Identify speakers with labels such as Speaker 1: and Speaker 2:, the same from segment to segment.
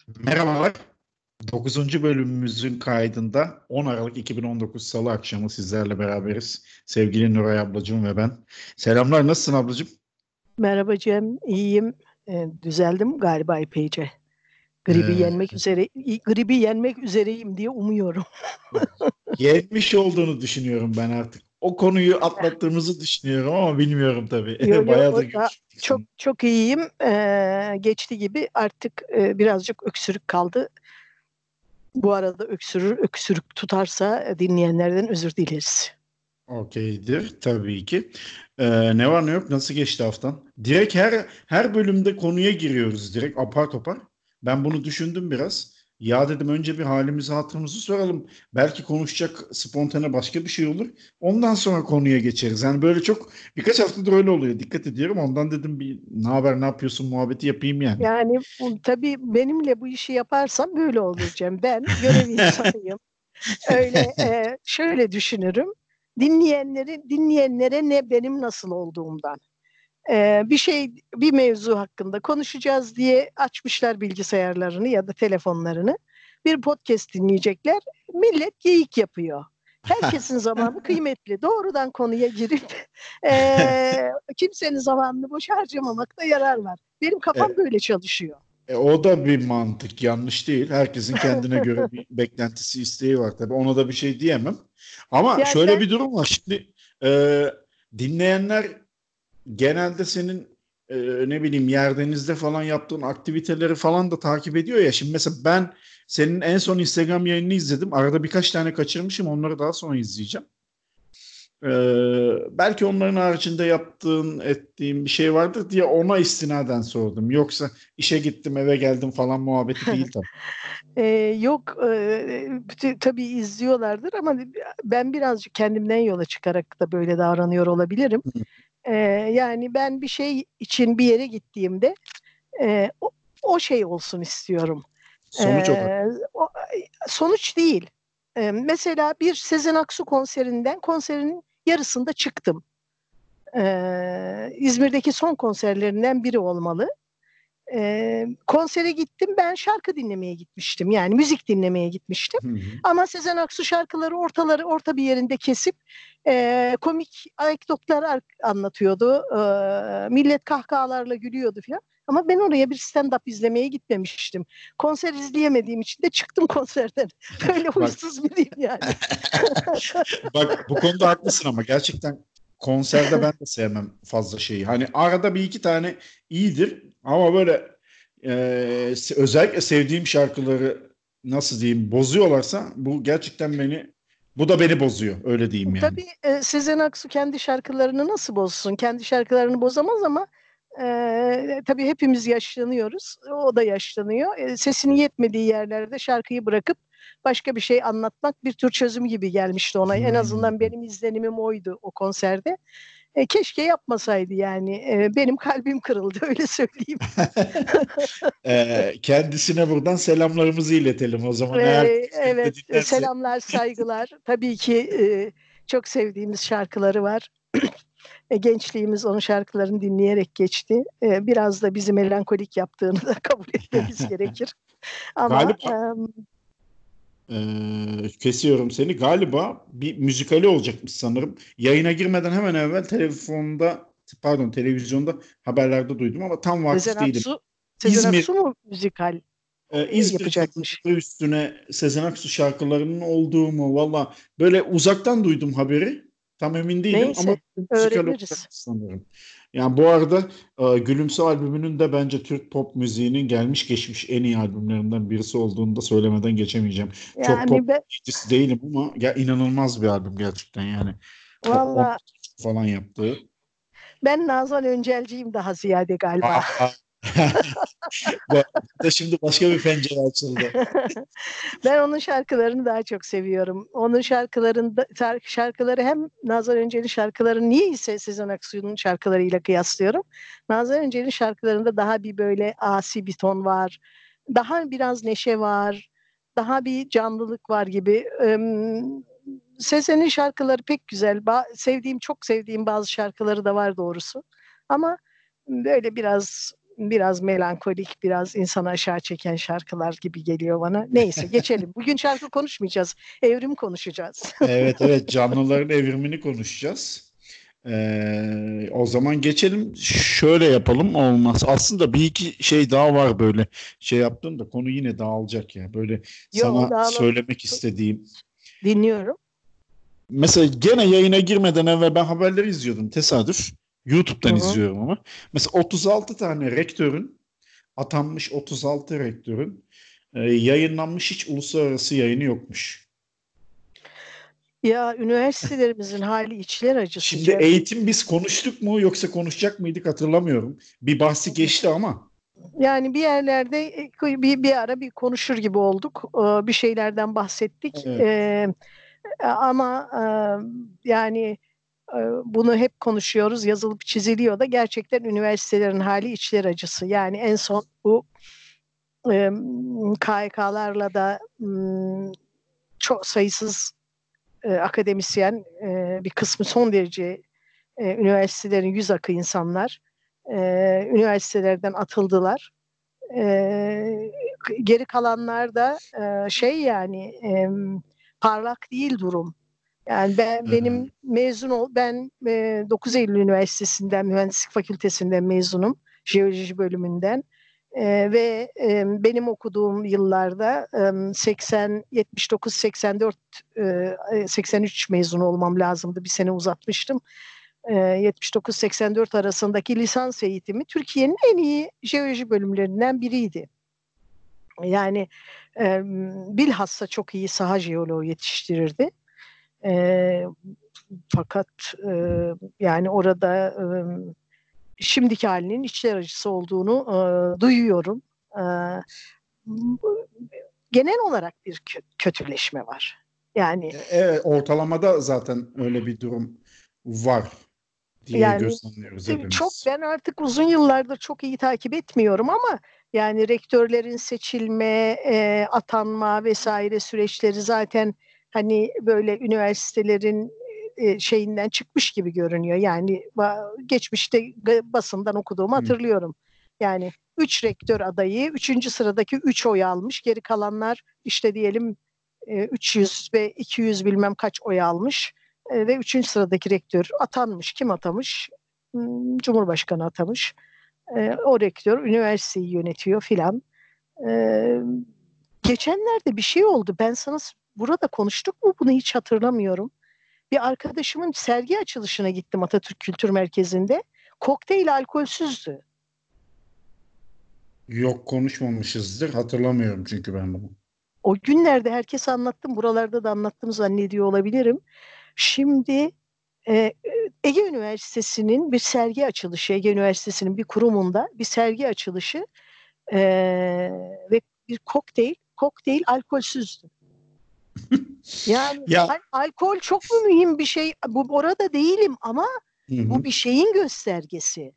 Speaker 1: Merhabalar. 9. bölümümüzün kaydında 10 Aralık 2019 Salı akşamı sizlerle beraberiz. Sevgili Nuray ablacığım ve ben. Selamlar, nasılsın ablacığım?
Speaker 2: Merhaba Cem, iyiyim. Düzeldim galiba epeyce.
Speaker 1: Ee,
Speaker 2: Gribi yenmek üzereyim diye umuyorum.
Speaker 1: Yenmiş olduğunu düşünüyorum ben artık. O konuyu atlattığımızı düşünüyorum ama bilmiyorum
Speaker 2: Yo
Speaker 1: tabii.
Speaker 2: yo,
Speaker 1: Bayağı da görüştük
Speaker 2: çok
Speaker 1: sen.
Speaker 2: çok iyiyim. Geçti gibi artık birazcık öksürük kaldı. Bu arada öksürük tutarsa dinleyenlerden özür dileriz.
Speaker 1: Okeydir tabii ki. Ne var ne yok, nasıl geçti haftan? Direkt her bölümde konuya giriyoruz direkt apar topar. Ben bunu düşündüm biraz. Ya dedim, önce bir halimizi hatırımızı soralım. Belki konuşacak spontane başka bir şey olur. Ondan sonra konuya geçeriz. Yani böyle çok birkaç haftadır öyle oluyor. Dikkat ediyorum. Ondan dedim bir ne haber, ne yapıyorsun muhabbeti yapayım yani.
Speaker 2: Yani tabii benimle bu işi yaparsam böyle olur Cem. Ben görev insanıyım. Öyle şöyle düşünürüm. Dinleyenlere ne benim nasıl olduğumdan. Bir mevzu hakkında konuşacağız diye açmışlar bilgisayarlarını ya da telefonlarını. Bir podcast dinleyecekler. Millet geyik yapıyor. Herkesin zamanı kıymetli. Doğrudan konuya girip kimsenin zamanını boş harcamamakta yarar var. Benim kafam
Speaker 1: E,
Speaker 2: böyle çalışıyor.
Speaker 1: O da bir mantık, yanlış değil. Herkesin kendine göre bir beklentisi, isteği var tabii. Ona da bir şey diyemem. Ama
Speaker 2: Ya
Speaker 1: şöyle
Speaker 2: sen
Speaker 1: bir durum var. Şimdi e, dinleyenler genelde senin ne bileyim yerdenizde falan yaptığın aktiviteleri falan da takip ediyor ya. Şimdi mesela ben senin en son Instagram yayınını izledim. Arada birkaç tane kaçırmışım. Onları daha sonra izleyeceğim. Belki onların haricinde yaptığın, ettiğin bir şey vardır diye ona istinaden sordum. Yoksa işe gittim, eve geldim falan muhabbeti değil tabii.
Speaker 2: e, yok tabii izliyorlardır ama ben birazcık kendimden yola çıkarak da böyle davranıyor olabilirim.
Speaker 1: Hı.
Speaker 2: Yani ben bir şey için bir yere gittiğimde e, o, o şey olsun istiyorum.
Speaker 1: Sonuç olarak.
Speaker 2: E, o- Sonuç değil. Mesela bir Sezen Aksu konserinin yarısında çıktım. İzmir'deki son konserlerinden biri olmalı. Konsere gittim, ben şarkı dinlemeye gitmiştim, yani müzik dinlemeye gitmiştim
Speaker 1: Hı hı.
Speaker 2: ama Sezen Aksu şarkıları orta bir yerinde kesip komik anekdotlar anlatıyordu. Millet kahkahalarla gülüyordu falan, ama ben oraya bir stand-up izlemeye gitmemiştim. Konser izleyemediğim için de çıktım konserden. Böyle
Speaker 1: Bak.
Speaker 2: huysuz biriyim yani.
Speaker 1: Bak, bu konuda haklısın ama gerçekten konserde ben de sevmem fazla şeyi. Hani arada bir iki tane iyidir ama böyle özellikle sevdiğim şarkıları nasıl diyeyim bozuyorlarsa bu da beni bozuyor, öyle diyeyim yani.
Speaker 2: Tabii Sezen Aksu kendi şarkılarını nasıl bozsun? Kendi şarkılarını bozamaz ama tabii hepimiz yaşlanıyoruz. O da yaşlanıyor. Sesinin yetmediği yerlerde şarkıyı bırakıp başka bir şey anlatmak bir tür çözüm gibi gelmişti ona. En azından
Speaker 1: Hmm.
Speaker 2: benim izlenimim oydu o konserde. Keşke yapmasaydı yani. Benim kalbim kırıldı, öyle söyleyeyim.
Speaker 1: Kendisine buradan selamlarımızı iletelim o zaman, eğer de
Speaker 2: Evet,
Speaker 1: dinlerse.
Speaker 2: selamlar, saygılar. Tabii ki çok sevdiğimiz şarkıları var. Gençliğimiz onun şarkılarını dinleyerek geçti. Biraz da bizi melankolik yaptığını da kabul etmemiz gerekir. Ama
Speaker 1: Galiba kesiyorum seni. Galiba bir müzikali olacakmış sanırım. Yayına girmeden hemen evvel televizyonda haberlerde duydum ama tam
Speaker 2: Sezen
Speaker 1: vakıf değilim.
Speaker 2: Aksu, Sezen
Speaker 1: İzmir
Speaker 2: Aksu mu müzikal
Speaker 1: İzmir
Speaker 2: yapacakmış?
Speaker 1: kadınları üstüne Sezen Aksu şarkılarının olduğu mu? Valla böyle uzaktan duydum haberi. Tam emin değilim ama
Speaker 2: Neyse,
Speaker 1: müzikal olacak
Speaker 2: öğreniriz.
Speaker 1: sanırım. Yani bu arada Gülümse albümünün de bence Türk pop müziğinin gelmiş geçmiş en iyi albümlerinden birisi olduğunu da söylemeden geçemeyeceğim. Çok pop
Speaker 2: Yani ben,
Speaker 1: dinleyicisi değilim ama ya inanılmaz bir albüm gerçekten yani. Top 10
Speaker 2: valla
Speaker 1: falan yaptığı.
Speaker 2: ben Nazan Öncelciyim daha ziyade galiba.
Speaker 1: Aa. Bu da şimdi başka bir pencere açıldı.
Speaker 2: Ben onun şarkılarını daha çok seviyorum. Onun şarkıları hem Nazan Öncel'in şarkıları, niyeyse Sezen Aksu'nun şarkılarıyla kıyaslıyorum. Nazan Öncel'in şarkılarında daha bir böyle asi bir ton var. Daha biraz neşe var. Daha bir canlılık var gibi. Sezen'in şarkıları pek güzel. Çok sevdiğim bazı şarkıları da var doğrusu. Ama böyle biraz biraz melankolik, biraz insanı aşağı çeken şarkılar gibi geliyor bana. Neyse geçelim. Bugün şarkı konuşmayacağız. Evrim konuşacağız.
Speaker 1: Evet, evet, canlıların evrimini konuşacağız. O zaman geçelim. Şöyle yapalım, olmaz. Aslında bir iki şey daha var böyle şey yaptım da konu yine dağılacak ya. Böyle
Speaker 2: Yo,
Speaker 1: sana
Speaker 2: dağılalım.
Speaker 1: söylemek istediğim.
Speaker 2: Dinliyorum.
Speaker 1: Mesela gene yayına girmeden evvel ben haberleri izliyordum tesadüf.
Speaker 2: Hı
Speaker 1: YouTube'dan
Speaker 2: hı.
Speaker 1: izliyorum ama. Mesela 36 tane rektörün, atanmış 36 rektörün yayınlanmış hiç uluslararası yayını yokmuş.
Speaker 2: Ya üniversitelerimizin hali içler acısı
Speaker 1: Şimdi
Speaker 2: Cem.
Speaker 1: eğitim biz konuştuk mu yoksa konuşacak mıydık hatırlamıyorum. Bir bahsi geçti ama.
Speaker 2: Yani bir yerlerde bir ara bir konuşur gibi olduk. Bir şeylerden bahsettik.
Speaker 1: Evet.
Speaker 2: Ama yani bunu hep konuşuyoruz. Yazılıp çiziliyor da gerçekten üniversitelerin hali içler acısı. Yani en son bu e, KHK'larla da çok sayısız akademisyen, bir kısmı son derece üniversitelerin yüz akı insanlar e, üniversitelerden atıldılar. E, Geri kalanlar da yani parlak değil durum. Yani benim ben 9 Eylül Üniversitesi'nden Mühendislik Fakültesinden mezunum. Jeoloji bölümünden. Benim okuduğum yıllarda 79, 84, 83 mezun olmam lazımdı. Bir sene uzatmıştım. 79-84 arasındaki lisans eğitimi Türkiye'nin en iyi jeoloji bölümlerinden biriydi. Yani bilhassa çok iyi saha jeoloğu yetiştirirdi. E, Fakat yani orada şimdiki halinin içler acısı olduğunu duyuyorum. E, Genel olarak bir kötüleşme var. Yani
Speaker 1: Evet, ortalamada zaten öyle bir durum var diye
Speaker 2: yani
Speaker 1: gözlemliyoruz
Speaker 2: çok,
Speaker 1: hepimiz.
Speaker 2: ben artık uzun yıllardır çok iyi takip etmiyorum ama yani rektörlerin seçilme, atanma vesaire süreçleri zaten hani böyle üniversitelerin şeyinden çıkmış gibi görünüyor. Yani geçmişte basından okuduğumu
Speaker 1: Hı.
Speaker 2: hatırlıyorum. Yani 3 rektör adayı, üçüncü sıradaki 3 oy almış. Geri kalanlar işte diyelim 300 ve 200 bilmem kaç oy almış. Ve üçüncü sıradaki rektör atanmış. Kim atamış? Cumhurbaşkanı atamış. O rektör üniversiteyi yönetiyor filan. E, Geçenlerde bir şey oldu. Ben sana burada konuştuk mu bunu hiç hatırlamıyorum. Bir arkadaşımın sergi açılışına gittim Atatürk Kültür Merkezi'nde. Kokteyl alkolsüzdü.
Speaker 1: Yok, konuşmamışızdır. Hatırlamıyorum çünkü ben bunu.
Speaker 2: O günlerde herkes anlattım. Buralarda da anlattım zannediyor olabilirim. Şimdi e, Ege Üniversitesi'nin bir sergi açılışı, Ege Üniversitesi'nin bir kurumunda bir sergi açılışı e, ve bir kokteyl alkolsüzdü. Yani
Speaker 1: Ya,
Speaker 2: hani alkol çok mu mühim bir şey? Bu orada değilim ama
Speaker 1: hı hı.
Speaker 2: bu bir şeyin göstergesi.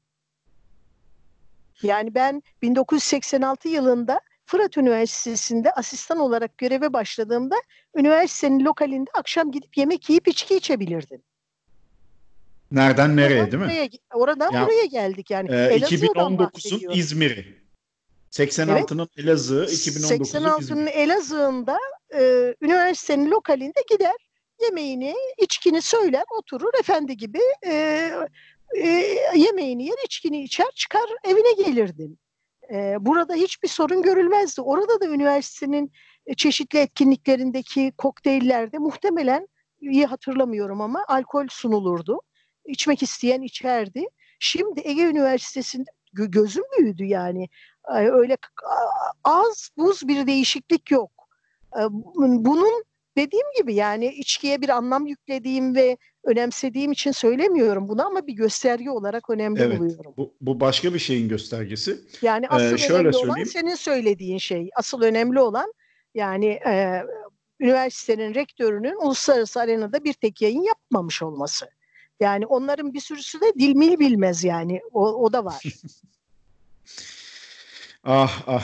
Speaker 2: Yani ben 1986 yılında Fırat Üniversitesi'nde asistan olarak göreve başladığımda üniversitenin lokalinde akşam gidip yemek yiyip içki içebilirdim.
Speaker 1: Nereden
Speaker 2: Oradan
Speaker 1: nereye değil mi?
Speaker 2: buraya, oradan
Speaker 1: Ya,
Speaker 2: buraya geldik yani. Elazığ'dan
Speaker 1: 2019'un
Speaker 2: bahsediyorum.
Speaker 1: İzmir'i,
Speaker 2: Evet,
Speaker 1: 86'nın Elazığ, 2019'un
Speaker 2: 86'nın
Speaker 1: İzmir'i.
Speaker 2: Elazığ'ında üniversitenin lokalinde gider, yemeğini, içkini söyler, oturur efendi gibi e, yemeğini yer, içkini içer, çıkar evine gelirdin. Burada hiçbir sorun görülmezdi. Orada da üniversitenin çeşitli etkinliklerindeki kokteyllerde muhtemelen iyi hatırlamıyorum ama alkol sunulurdu. İçmek isteyen içerdi. Şimdi Ege Üniversitesi'nde gözüm büyüdü yani. Öyle az buz bir değişiklik yok. Bunun dediğim gibi yani içkiye bir anlam yüklediğim ve önemsediğim için söylemiyorum bunu ama bir gösterge olarak önemli
Speaker 1: Evet,
Speaker 2: buluyorum.
Speaker 1: bu başka bir şeyin göstergesi.
Speaker 2: Yani asıl
Speaker 1: Şöyle
Speaker 2: önemli olan
Speaker 1: söyleyeyim.
Speaker 2: senin söylediğin şey. Asıl önemli olan yani üniversitenin rektörünün uluslararası arenada bir tek yayın yapmamış olması. Yani onların bir sürüsü de dil bilmez yani. O da var.
Speaker 1: Ah, ah.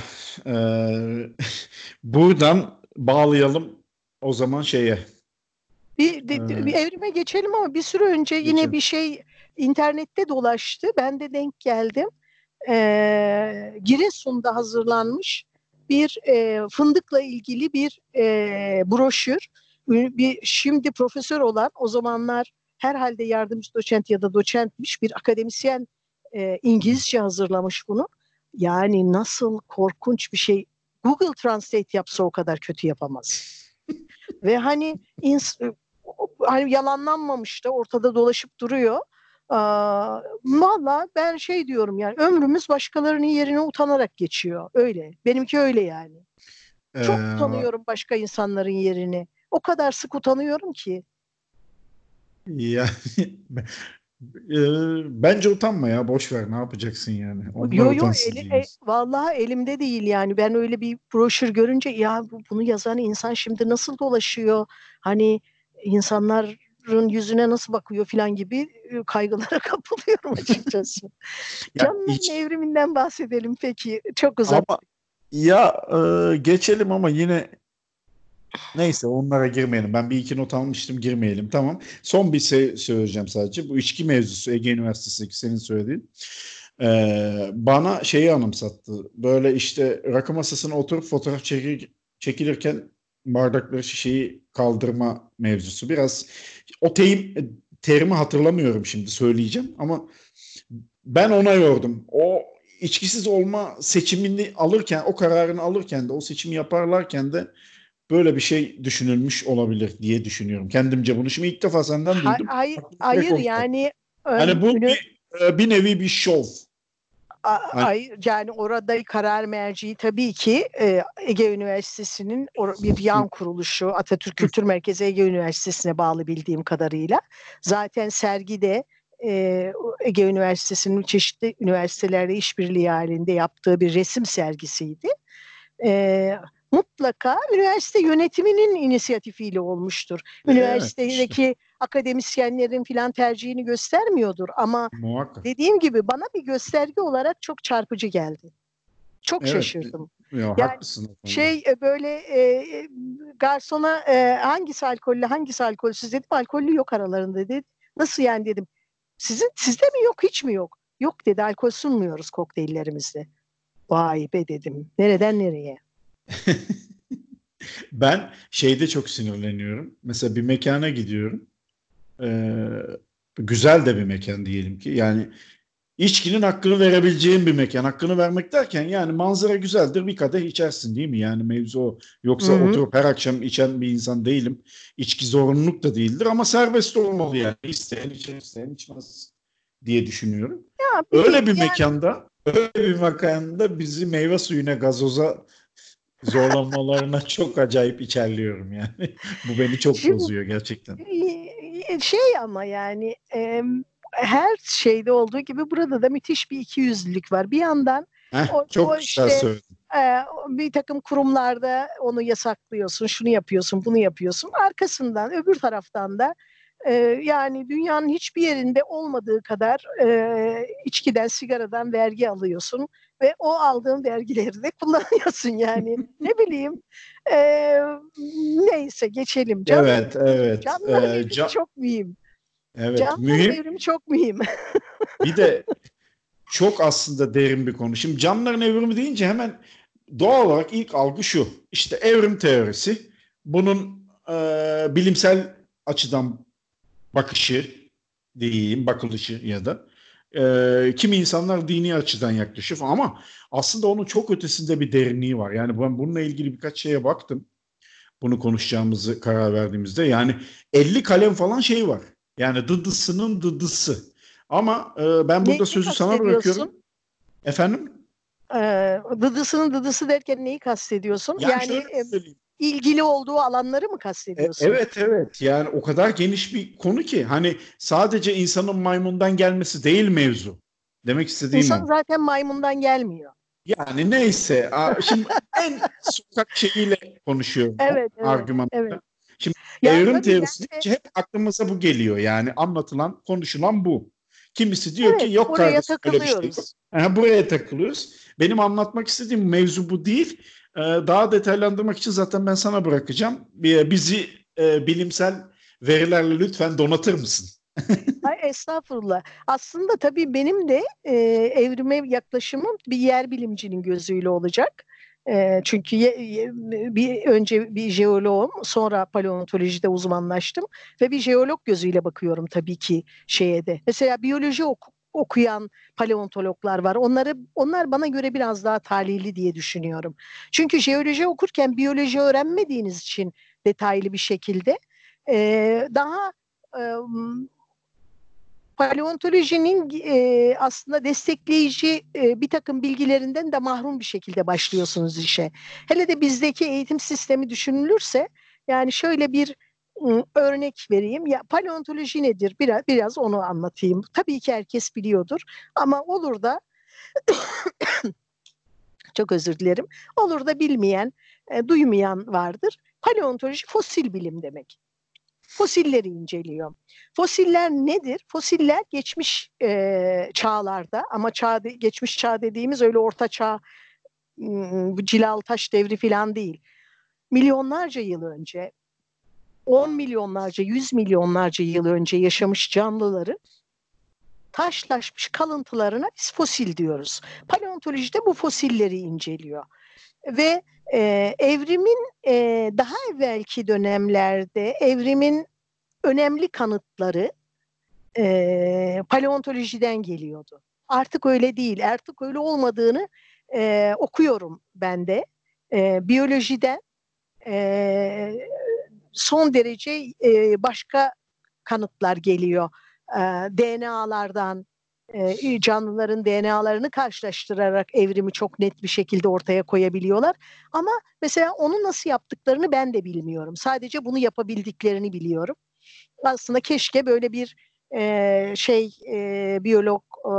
Speaker 1: Buradan bağlayalım o zaman şeye.
Speaker 2: Bir evrime geçelim ama bir süre önce yine
Speaker 1: Geçelim.
Speaker 2: bir şey internette dolaştı. Ben de denk geldim. Giresun'da hazırlanmış bir fındıkla ilgili bir broşür. Şimdi profesör olan, o zamanlar herhalde yardımcı doçent ya da doçentmiş bir akademisyen İngilizce hazırlamış bunu. Yani nasıl korkunç bir şey. Google Translate yapsa o kadar kötü yapamaz. Ve hani yalanlanmamış da ortada dolaşıp duruyor. Valla ben şey diyorum, yani ömrümüz başkalarının yerine utanarak geçiyor. Öyle. Benimki öyle yani. Çok
Speaker 1: Ee,
Speaker 2: utanıyorum başka insanların yerini. O kadar sık utanıyorum ki.
Speaker 1: yani bence utanma ya, boş ver, ne yapacaksın yani? Onlar
Speaker 2: Yo yo,
Speaker 1: utansın diye.
Speaker 2: vallahi elimde değil yani. Ben öyle bir broşür görünce, ya bunu yazan insan şimdi nasıl dolaşıyor? Hani insanların yüzüne nasıl bakıyor falan gibi kaygılara kapılıyorum açıkçası.
Speaker 1: Ya
Speaker 2: Canlıların
Speaker 1: hiç
Speaker 2: evriminden bahsedelim peki. Çok uzat.
Speaker 1: ama ya geçelim ama yine neyse, onlara girmeyelim. Ben bir iki not almıştım, girmeyelim. Tamam. Son bir şey söyleyeceğim sadece. Bu içki mevzusu, Ege Üniversitesi'ndeki senin söylediğin. Bana şeyi anımsattı. Böyle işte rakı masasına oturup fotoğraf çekilirken bardakları, şişeyi kaldırma mevzusu. Biraz o terimi hatırlamıyorum şimdi, söyleyeceğim ama ben ona yordum. O içkisiz olma seçimini alırken, o kararını alırken de, o seçimi yaparlarken de böyle bir şey düşünülmüş olabilir diye düşünüyorum. Kendimce bunu şimdi ilk defa senden duydum.
Speaker 2: Hayır,
Speaker 1: Aklıma direkt
Speaker 2: hayır
Speaker 1: o geldi.
Speaker 2: yani
Speaker 1: Yani bu bir nevi bir şov. Hani
Speaker 2: yani orada karar merci tabii ki Ege Üniversitesi'nin bir
Speaker 1: hı,
Speaker 2: yan kuruluşu, Atatürk
Speaker 1: hı,
Speaker 2: Kültür Merkezi Ege Üniversitesi'ne bağlı bildiğim kadarıyla. Zaten sergide Ege Üniversitesi'nin çeşitli üniversitelerle işbirliği halinde yaptığı bir resim sergisiydi. Mutlaka üniversite yönetiminin inisiyatifiyle olmuştur.
Speaker 1: evet işte
Speaker 2: Üniversitedeki akademisyenlerin filan tercihini göstermiyordur ama
Speaker 1: muhakkak.
Speaker 2: dediğim gibi bana bir gösterge olarak çok çarpıcı geldi. Çok
Speaker 1: Evet.
Speaker 2: şaşırdım.
Speaker 1: Ya,
Speaker 2: Yani
Speaker 1: haklısın o konuda.
Speaker 2: böyle garsona hangisi alkollü hangisi alkolsüz dedim. Alkollü yok aralarında dedi. Nasıl yani dedim. Sizde mi yok, hiç mi yok? Yok dedi, alkol sunmuyoruz kokteyllerimizde. Vay be dedim. Nereden nereye?
Speaker 1: Ben şeyde çok sinirleniyorum. Mesela bir mekana gidiyorum. Ee, Güzel de bir mekan diyelim ki. Yani İçkinin hakkını verebileceğin bir mekan. Hakkını vermek derken yani manzara güzeldir, bir kadeh içersin değil mi? Yani mevzu o.
Speaker 2: Hı
Speaker 1: Yoksa
Speaker 2: hı.
Speaker 1: oturup her akşam içen bir insan değilim. İçki zorunluluk da değildir ama serbest olmalı yani. İsteyen içer, isteyen içmez diye düşünüyorum.
Speaker 2: Ya bir de
Speaker 1: Öyle bir
Speaker 2: yani
Speaker 1: mekanda, öyle bir mekanda bizi meyve suyuna, gazoza zorlamalarına çok acayip içerliyorum yani. Bu beni çok
Speaker 2: şimdi
Speaker 1: bozuyor gerçekten.
Speaker 2: şey ama yani her şeyde olduğu gibi burada da müthiş bir ikiyüzlülük var. Bir yandan o
Speaker 1: Çok güzel
Speaker 2: işte
Speaker 1: söyledin.
Speaker 2: bir takım kurumlarda onu yasaklıyorsun, şunu yapıyorsun, bunu yapıyorsun. Arkasından öbür taraftan da yani dünyanın hiçbir yerinde olmadığı kadar içkiden, sigaradan vergi alıyorsun ve o aldığın vergileri de kullanıyorsun yani. Ne bileyim, e, neyse geçelim.
Speaker 1: Evet, evet.
Speaker 2: Canlıların evrimi çok mühim.
Speaker 1: Evet,
Speaker 2: Canlıların
Speaker 1: mühim.
Speaker 2: evrimi çok mühim.
Speaker 1: Bir de çok aslında derin bir konu. Şimdi canlıların evrimi deyince hemen doğal olarak ilk algı şu. İşte evrim teorisi. Bunun bilimsel açıdan bakışı diyeyim, bakılışı ya da kimi insanlar dini açıdan yaklaşır ama aslında onun çok ötesinde bir derinliği var. Yani ben bununla ilgili birkaç şeye baktım. Bunu konuşacağımızı karar verdiğimizde yani 50 kalem falan şey var. Yani dıdısının dıdısı. Ama ben burada
Speaker 2: Ne
Speaker 1: sözü sana bırakıyorum.
Speaker 2: kastediyorsun?
Speaker 1: Efendim?
Speaker 2: Dıdısının dıdısı derken neyi kastediyorsun?
Speaker 1: Yani
Speaker 2: Yani
Speaker 1: şöyle söyleyeyim.
Speaker 2: ilgili olduğu alanları mı kastediyorsun?
Speaker 1: Evet, evet, yani o kadar geniş bir konu ki hani sadece insanın maymundan gelmesi değil mevzu. Demek istediğim
Speaker 2: İnsan
Speaker 1: o.
Speaker 2: zaten maymundan gelmiyor.
Speaker 1: Yani neyse, şimdi en sokak şeyiyle konuşuyorum ben
Speaker 2: Evet, evet, evet.
Speaker 1: argümanla. Şimdi
Speaker 2: Ya
Speaker 1: evrim
Speaker 2: tabii ben
Speaker 1: teorisi
Speaker 2: de
Speaker 1: deyince hep aklımıza bu geliyor, yani anlatılan, konuşulan bu. Kimisi diyor ki
Speaker 2: evet
Speaker 1: yok
Speaker 2: oraya
Speaker 1: kardeşim, öyle bir şey yok.
Speaker 2: takılıyoruz.
Speaker 1: Buraya takılıyoruz. Benim anlatmak istediğim mevzu bu değil. Daha detaylandırmak için zaten ben sana bırakacağım. Bizi bilimsel verilerle lütfen donatır mısın?
Speaker 2: Ay estağfurullah. Aslında tabii benim de evrime yaklaşımım bir yer bilimcinin gözüyle olacak. Çünkü önce bir jeoloğum, sonra paleontolojide uzmanlaştım ve bir jeolog gözüyle bakıyorum tabii ki şeye de. Mesela biyoloji okuyan paleontologlar var. Onlar bana göre biraz daha talihli diye düşünüyorum. Çünkü jeoloji okurken biyoloji öğrenmediğiniz için detaylı bir şekilde daha e, paleontolojinin aslında destekleyici bir takım bilgilerinden de mahrum bir şekilde başlıyorsunuz işe. Hele de bizdeki eğitim sistemi düşünülürse, yani şöyle bir örnek vereyim. Ya paleontoloji nedir? Biraz onu anlatayım. Tabii ki herkes biliyordur ama olur da çok özür dilerim. Olur da bilmeyen, duymayan vardır. Paleontoloji fosil bilim demek. Fosilleri inceliyor. Fosiller nedir? Fosiller geçmiş çağlarda, ama geçmiş çağ dediğimiz öyle orta çağ, bu Cilal Taş devri falan değil. Milyonlarca yıl önce, 10 milyonlarca, 100 milyonlarca yıl önce yaşamış canlıların taşlaşmış kalıntılarına biz fosil diyoruz. Paleontolojide bu fosilleri inceliyor. Ve evrimin daha evvelki dönemlerde evrimin önemli kanıtları paleontolojiden geliyordu. Artık öyle değil. Artık öyle olmadığını okuyorum ben de. Biyolojiden e, son derece başka kanıtlar geliyor. DNA'lardan, canlıların DNA'larını karşılaştırarak evrimi çok net bir şekilde ortaya koyabiliyorlar. Ama mesela onu nasıl yaptıklarını ben de bilmiyorum. Sadece bunu yapabildiklerini biliyorum. Aslında keşke böyle bir biyolog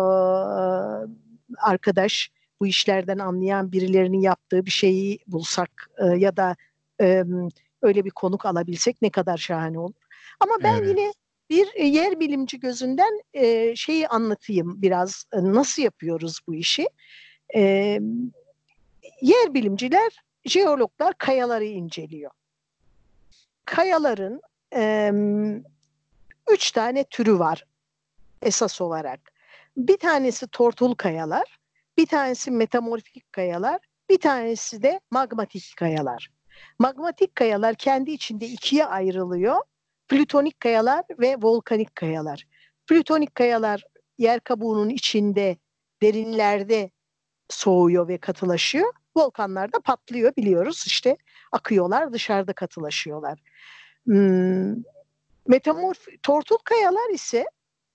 Speaker 2: arkadaş, bu işlerden anlayan birilerinin yaptığı bir şeyi bulsak ya da e, öyle bir konuk alabilsek ne kadar şahane olur. Ama ben
Speaker 1: Evet.
Speaker 2: yine bir yer bilimci gözünden şeyi anlatayım biraz, nasıl yapıyoruz bu işi. E, Yer bilimciler, jeologlar kayaları inceliyor. Kayaların e, 3 tane türü var esas olarak. Bir tanesi tortul kayalar, bir tanesi metamorfik kayalar, bir tanesi de magmatik kayalar. Magmatik kayalar kendi içinde ikiye ayrılıyor. Plütonik kayalar ve volkanik kayalar. Plütonik kayalar yer kabuğunun içinde, derinlerde soğuyor ve katılaşıyor. Volkanlar da patlıyor, biliyoruz işte, akıyorlar, dışarıda katılaşıyorlar. Hmm, tortul kayalar ise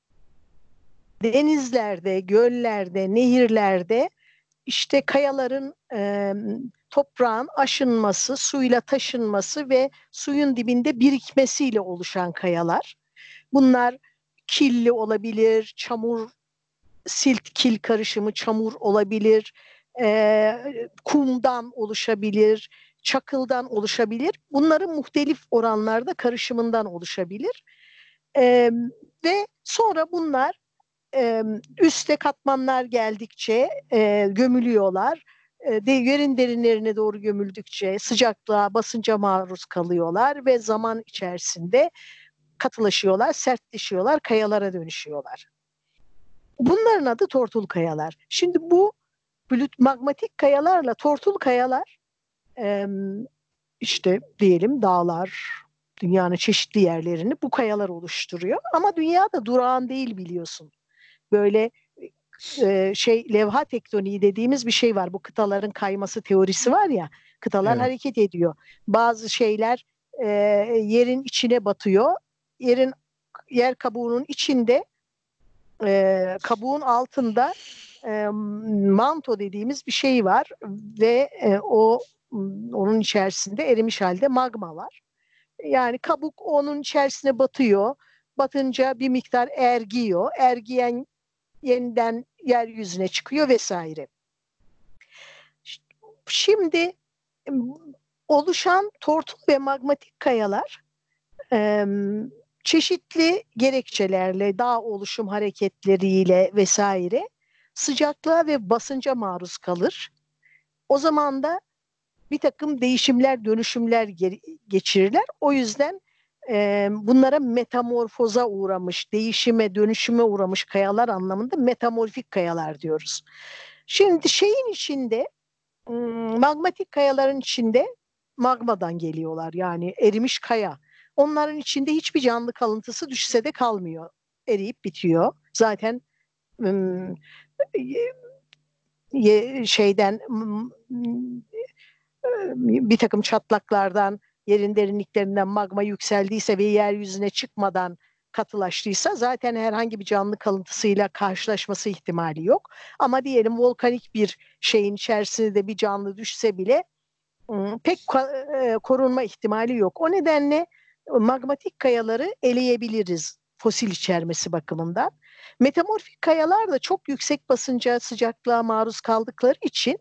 Speaker 2: denizlerde, göllerde, nehirlerde işte kayaların toprağın aşınması, suyla taşınması ve suyun dibinde birikmesiyle oluşan kayalar. Bunlar killi olabilir, çamur, silt kil karışımı çamur olabilir, kumdan oluşabilir, çakıldan oluşabilir. Bunların muhtelif oranlarda karışımından oluşabilir. E, Ve sonra bunlar üste katmanlar geldikçe gömülüyorlar. Yerin derinlerine doğru gömüldükçe sıcaklığa, basınca maruz kalıyorlar ve zaman içerisinde katılaşıyorlar, sertleşiyorlar, kayalara dönüşüyorlar. Bunların adı tortul kayalar. Şimdi bu magmatik kayalarla tortul kayalar, işte diyelim dağlar, dünyanın çeşitli yerlerini bu kayalar oluşturuyor. Ama dünya da durağan değil, biliyorsun. Böyle levha tektoniği dediğimiz bir şey var. Bu kıtaların kayması teorisi var ya, kıtalar
Speaker 1: Evet.
Speaker 2: hareket ediyor. Bazı şeyler e, yerin içine batıyor. Yer kabuğunun içinde, kabuğun altında manto dediğimiz bir şey var ve onun içerisinde erimiş halde magma var. Yani kabuk onun içerisine batıyor. Batınca bir miktar ergiyor. Ergiyen yeniden yeryüzüne çıkıyor vesaire. Şimdi oluşan tortul ve magmatik kayalar çeşitli gerekçelerle, dağ oluşum hareketleriyle vesaire sıcaklığa ve basınca maruz kalır. O zaman da bir takım değişimler, dönüşümler geçirirler. O yüzden bunlara metamorfoza uğramış, değişime, dönüşüme uğramış kayalar anlamında metamorfik kayalar diyoruz. Şimdi şeyin içinde, magmatik kayaların içinde magmadan geliyorlar, yani erimiş kaya. Onların içinde hiçbir canlı kalıntısı düşse de kalmıyor. Eriyip bitiyor. Zaten şeyden bir takım çatlaklardan, yerin derinliklerinden magma yükseldiyse ve yeryüzüne çıkmadan katılaştıysa zaten herhangi bir canlı kalıntısıyla karşılaşması ihtimali yok. Ama diyelim volkanik bir şeyin içerisinde de bir canlı düşse bile pek korunma ihtimali yok. O nedenle magmatik kayaları eleyebiliriz fosil içermesi bakımından. Metamorfik kayalar da çok yüksek basınca, sıcaklığa maruz kaldıkları için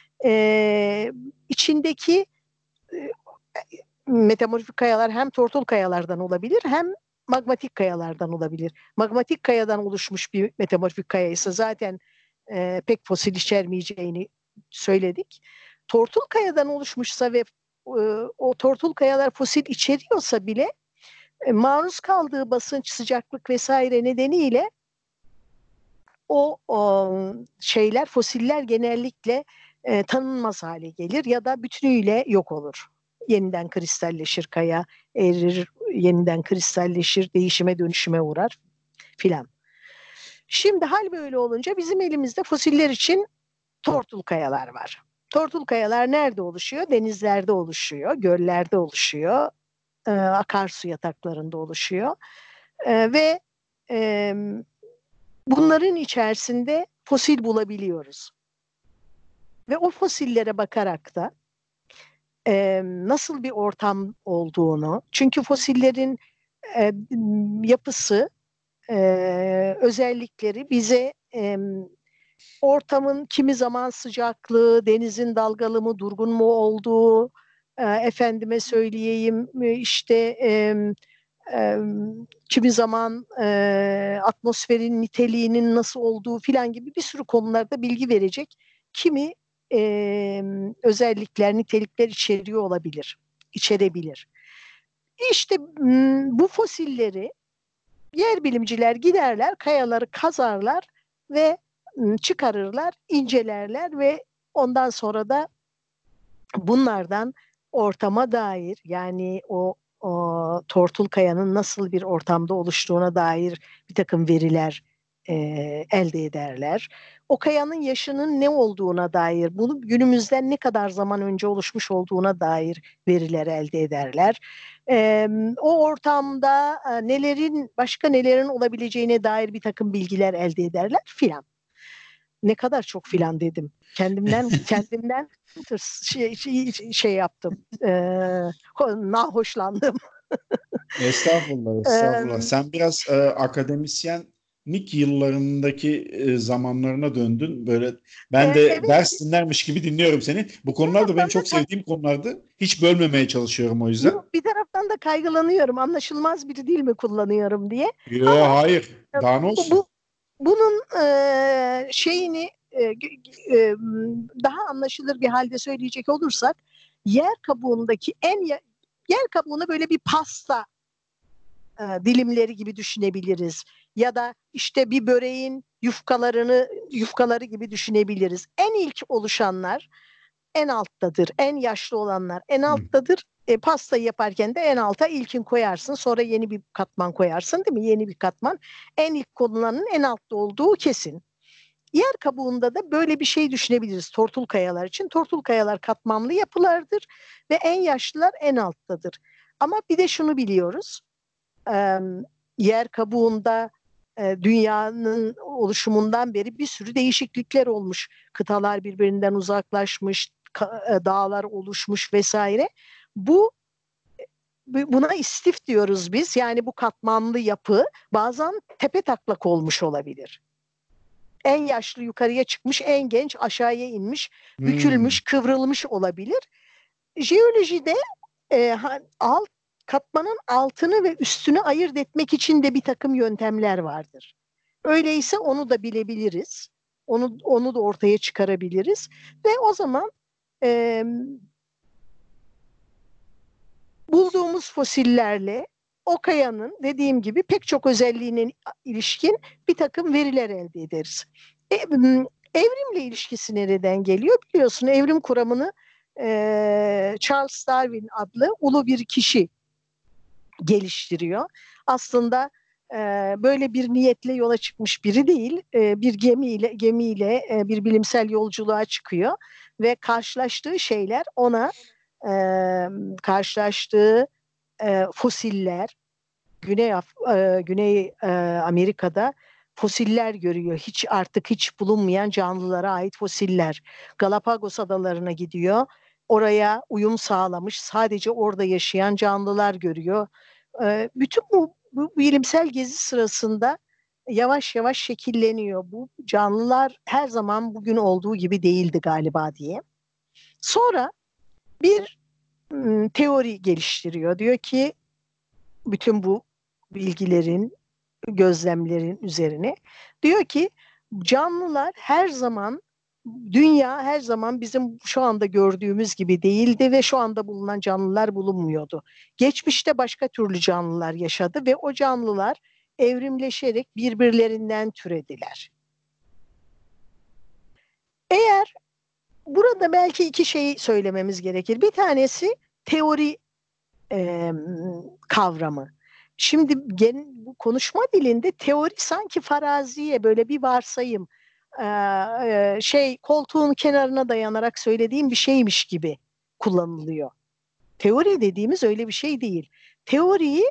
Speaker 2: içindeki metamorfik kayalar hem tortul kayalardan olabilir hem magmatik kayalardan olabilir. Magmatik kayadan oluşmuş bir metamorfik kaya ise zaten pek fosil içermeyeceğini söyledik. Tortul kayadan oluşmuşsa ve o tortul kayalar fosil içeriyorsa bile maruz kaldığı basınç, sıcaklık vesaire nedeniyle o şeyler, fosiller genellikle tanınmaz hale gelir ya da bütünüyle yok olur. Yeniden kristalleşir kaya, erir, yeniden kristalleşir, değişime dönüşüme uğrar filan. Şimdi hal böyle olunca bizim elimizde fosiller için tortul kayalar var. Tortul kayalar nerede oluşuyor? Denizlerde oluşuyor, göllerde oluşuyor, akarsu yataklarında oluşuyor. Ve bunların içerisinde fosil bulabiliyoruz. Ve o fosillere bakarak da nasıl bir ortam olduğunu, çünkü fosillerin yapısı, özellikleri bize ortamın kimi zaman sıcaklığı, denizin dalgalı mı, durgun mu olduğu, efendime söyleyeyim işte kimi zaman atmosferin niteliğinin nasıl olduğu filan gibi bir sürü konularda bilgi verecek kimi özellikler, nitelikler içeriyor olabilir, içerebilir. İşte bu fosilleri yer bilimciler giderler, kayaları kazarlar ve çıkarırlar, incelerler ve ondan sonra da bunlardan ortama dair, yani o tortul kayanın nasıl bir ortamda oluştuğuna dair bir takım veriler elde ederler. O kayanın yaşının ne olduğuna dair, bunu günümüzden ne kadar zaman önce oluşmuş olduğuna dair veriler elde ederler. O ortamda başka nelerin olabileceğine dair bir takım bilgiler elde ederler filan. Ne kadar çok filan dedim. Kendimden şey yaptım. Nahoşlandım.
Speaker 1: Estağfurullah, estağfurullah. Sen biraz akademisyenlik yıllarındaki zamanlarına döndün. Böyle ben de
Speaker 2: Evet,
Speaker 1: ders dinlermiş gibi dinliyorum seni. Bu
Speaker 2: bir
Speaker 1: konular da benim
Speaker 2: taraftan da
Speaker 1: çok sevdiğim konulardı. Hiç bölmemeye çalışıyorum o yüzden.
Speaker 2: bir taraftan da kaygılanıyorum. Anlaşılmaz biri değil mi kullanıyorum diye.
Speaker 1: Yo,
Speaker 2: Ama
Speaker 1: hayır. Daha ne olsun?
Speaker 2: bunun şeyini daha anlaşılır bir halde söyleyecek olursak, yer kabuğundaki yer kabuğunu böyle bir pasta dilimleri gibi düşünebiliriz. Ya da işte bir böreğin yufkaları gibi düşünebiliriz. En ilk oluşanlar en alttadır. En yaşlı olanlar en
Speaker 1: Hı.
Speaker 2: alttadır. Pastayı yaparken de en alta ilkin koyarsın. Sonra yeni bir katman koyarsın, değil mi? Yeni bir katman. En ilk konulanın en altta olduğu kesin. Yer kabuğunda da böyle bir şey düşünebiliriz tortul kayalar için. Tortul kayalar katmanlı yapılardır ve en yaşlılar en alttadır. Ama bir de şunu biliyoruz. Yer kabuğunda dünyanın oluşumundan beri bir sürü değişiklikler olmuş. Kıtalar birbirinden uzaklaşmış, dağlar oluşmuş vesaire. Buna istif diyoruz biz. Yani bu katmanlı yapı bazen tepe taklak olmuş olabilir. En yaşlı yukarıya çıkmış, en genç aşağıya inmiş,
Speaker 1: Hmm.
Speaker 2: bükülmüş, kıvrılmış olabilir. Jeolojide katmanın altını ve üstünü ayırt etmek için de bir takım yöntemler vardır. Öyleyse onu da bilebiliriz. Onu da ortaya çıkarabiliriz. Ve o zaman bulduğumuz fosillerle o kayanın dediğim gibi pek çok özelliğine ilişkin bir takım veriler elde ederiz. Evrimle ilişkisi nereden geliyor? Biliyorsun evrim kuramını Charles Darwin adlı ulu bir kişi geliştiriyor. Aslında böyle bir niyetle yola çıkmış biri değil, bir gemiyle bir bilimsel yolculuğa çıkıyor ve karşılaştığı şeyler ona karşılaştığı fosiller, Güney Amerika'da fosiller görüyor. Artık hiç bulunmayan canlılara ait fosiller. Galapagos adalarına gidiyor. Oraya uyum sağlamış, sadece orada yaşayan canlılar görüyor. Bütün bu bilimsel gezi sırasında yavaş yavaş şekilleniyor. Bu canlılar her zaman bugün olduğu gibi değildi galiba diye. Sonra bir teori geliştiriyor. Diyor ki bütün bu bilgilerin, gözlemlerin üzerine diyor ki canlılar her zaman, dünya her zaman bizim şu anda gördüğümüz gibi değildi ve şu anda bulunan canlılar bulunmuyordu. Geçmişte başka türlü canlılar yaşadı ve o canlılar evrimleşerek birbirlerinden türediler. Eğer burada belki iki şey söylememiz gerekir. Bir tanesi teori kavramı. Şimdi bu konuşma dilinde teori sanki faraziye, böyle bir varsayım, koltuğun kenarına dayanarak söylediğim bir şeymiş gibi kullanılıyor. Teori dediğimiz öyle bir şey değil. Teoriyi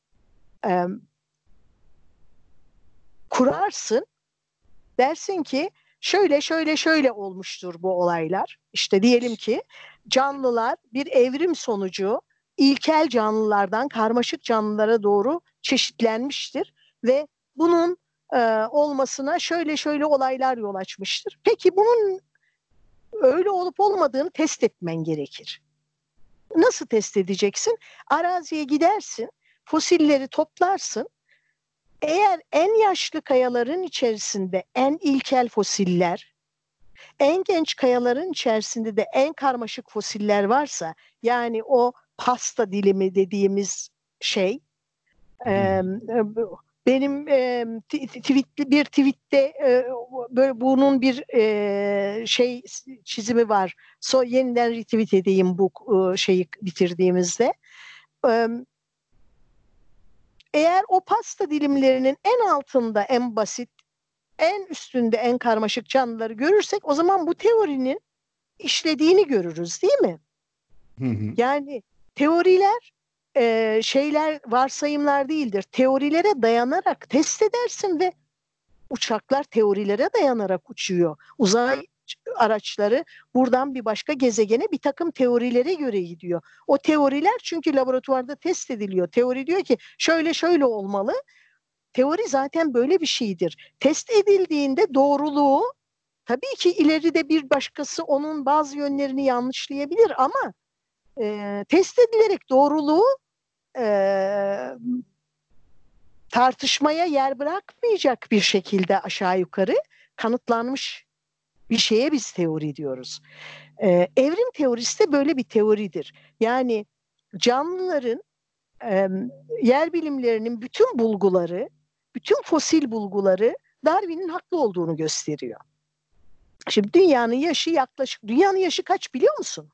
Speaker 2: kurarsın, dersin ki şöyle şöyle şöyle olmuştur bu olaylar. İşte diyelim ki canlılar bir evrim sonucu ilkel canlılardan karmaşık canlılara doğru çeşitlenmiştir ve bunun olmasına şöyle şöyle olaylar yol açmıştır. Peki bunun öyle olup olmadığını test etmen gerekir. Nasıl test edeceksin? Araziye gidersin, fosilleri toplarsın. Eğer en yaşlı kayaların içerisinde en ilkel fosiller, en genç kayaların içerisinde de en karmaşık fosiller varsa, yani o pasta dilimi dediğimiz şey, benim bir tweette böyle bunun bir çizimi var. Yeniden retweet edeyim bu şeyi bitirdiğimizde. Eğer o pasta dilimlerinin en altında en basit, en üstünde en karmaşık canlıları görürsek, o zaman bu teorinin işlediğini görürüz, değil mi? Yani teoriler varsayımlar değildir. Teorilere dayanarak test edersin ve uçaklar teorilere dayanarak uçuyor. Uzay araçları buradan bir başka gezegene bir takım teorilere göre gidiyor. O teoriler çünkü laboratuvarda test ediliyor. Teori diyor ki şöyle şöyle olmalı. Teori zaten böyle bir şeydir. Test edildiğinde doğruluğu, tabii ki ileride bir başkası onun bazı yönlerini yanlışlayabilir ama test edilerek doğruluğu tartışmaya yer bırakmayacak bir şekilde aşağı yukarı kanıtlanmış bir şeye biz teori diyoruz. Evrim teorisi de böyle bir teoridir. Yani canlıların yer bilimlerinin bütün bulguları, bütün fosil bulguları Darwin'in haklı olduğunu gösteriyor. Şimdi dünyanın yaşı kaç biliyor musun?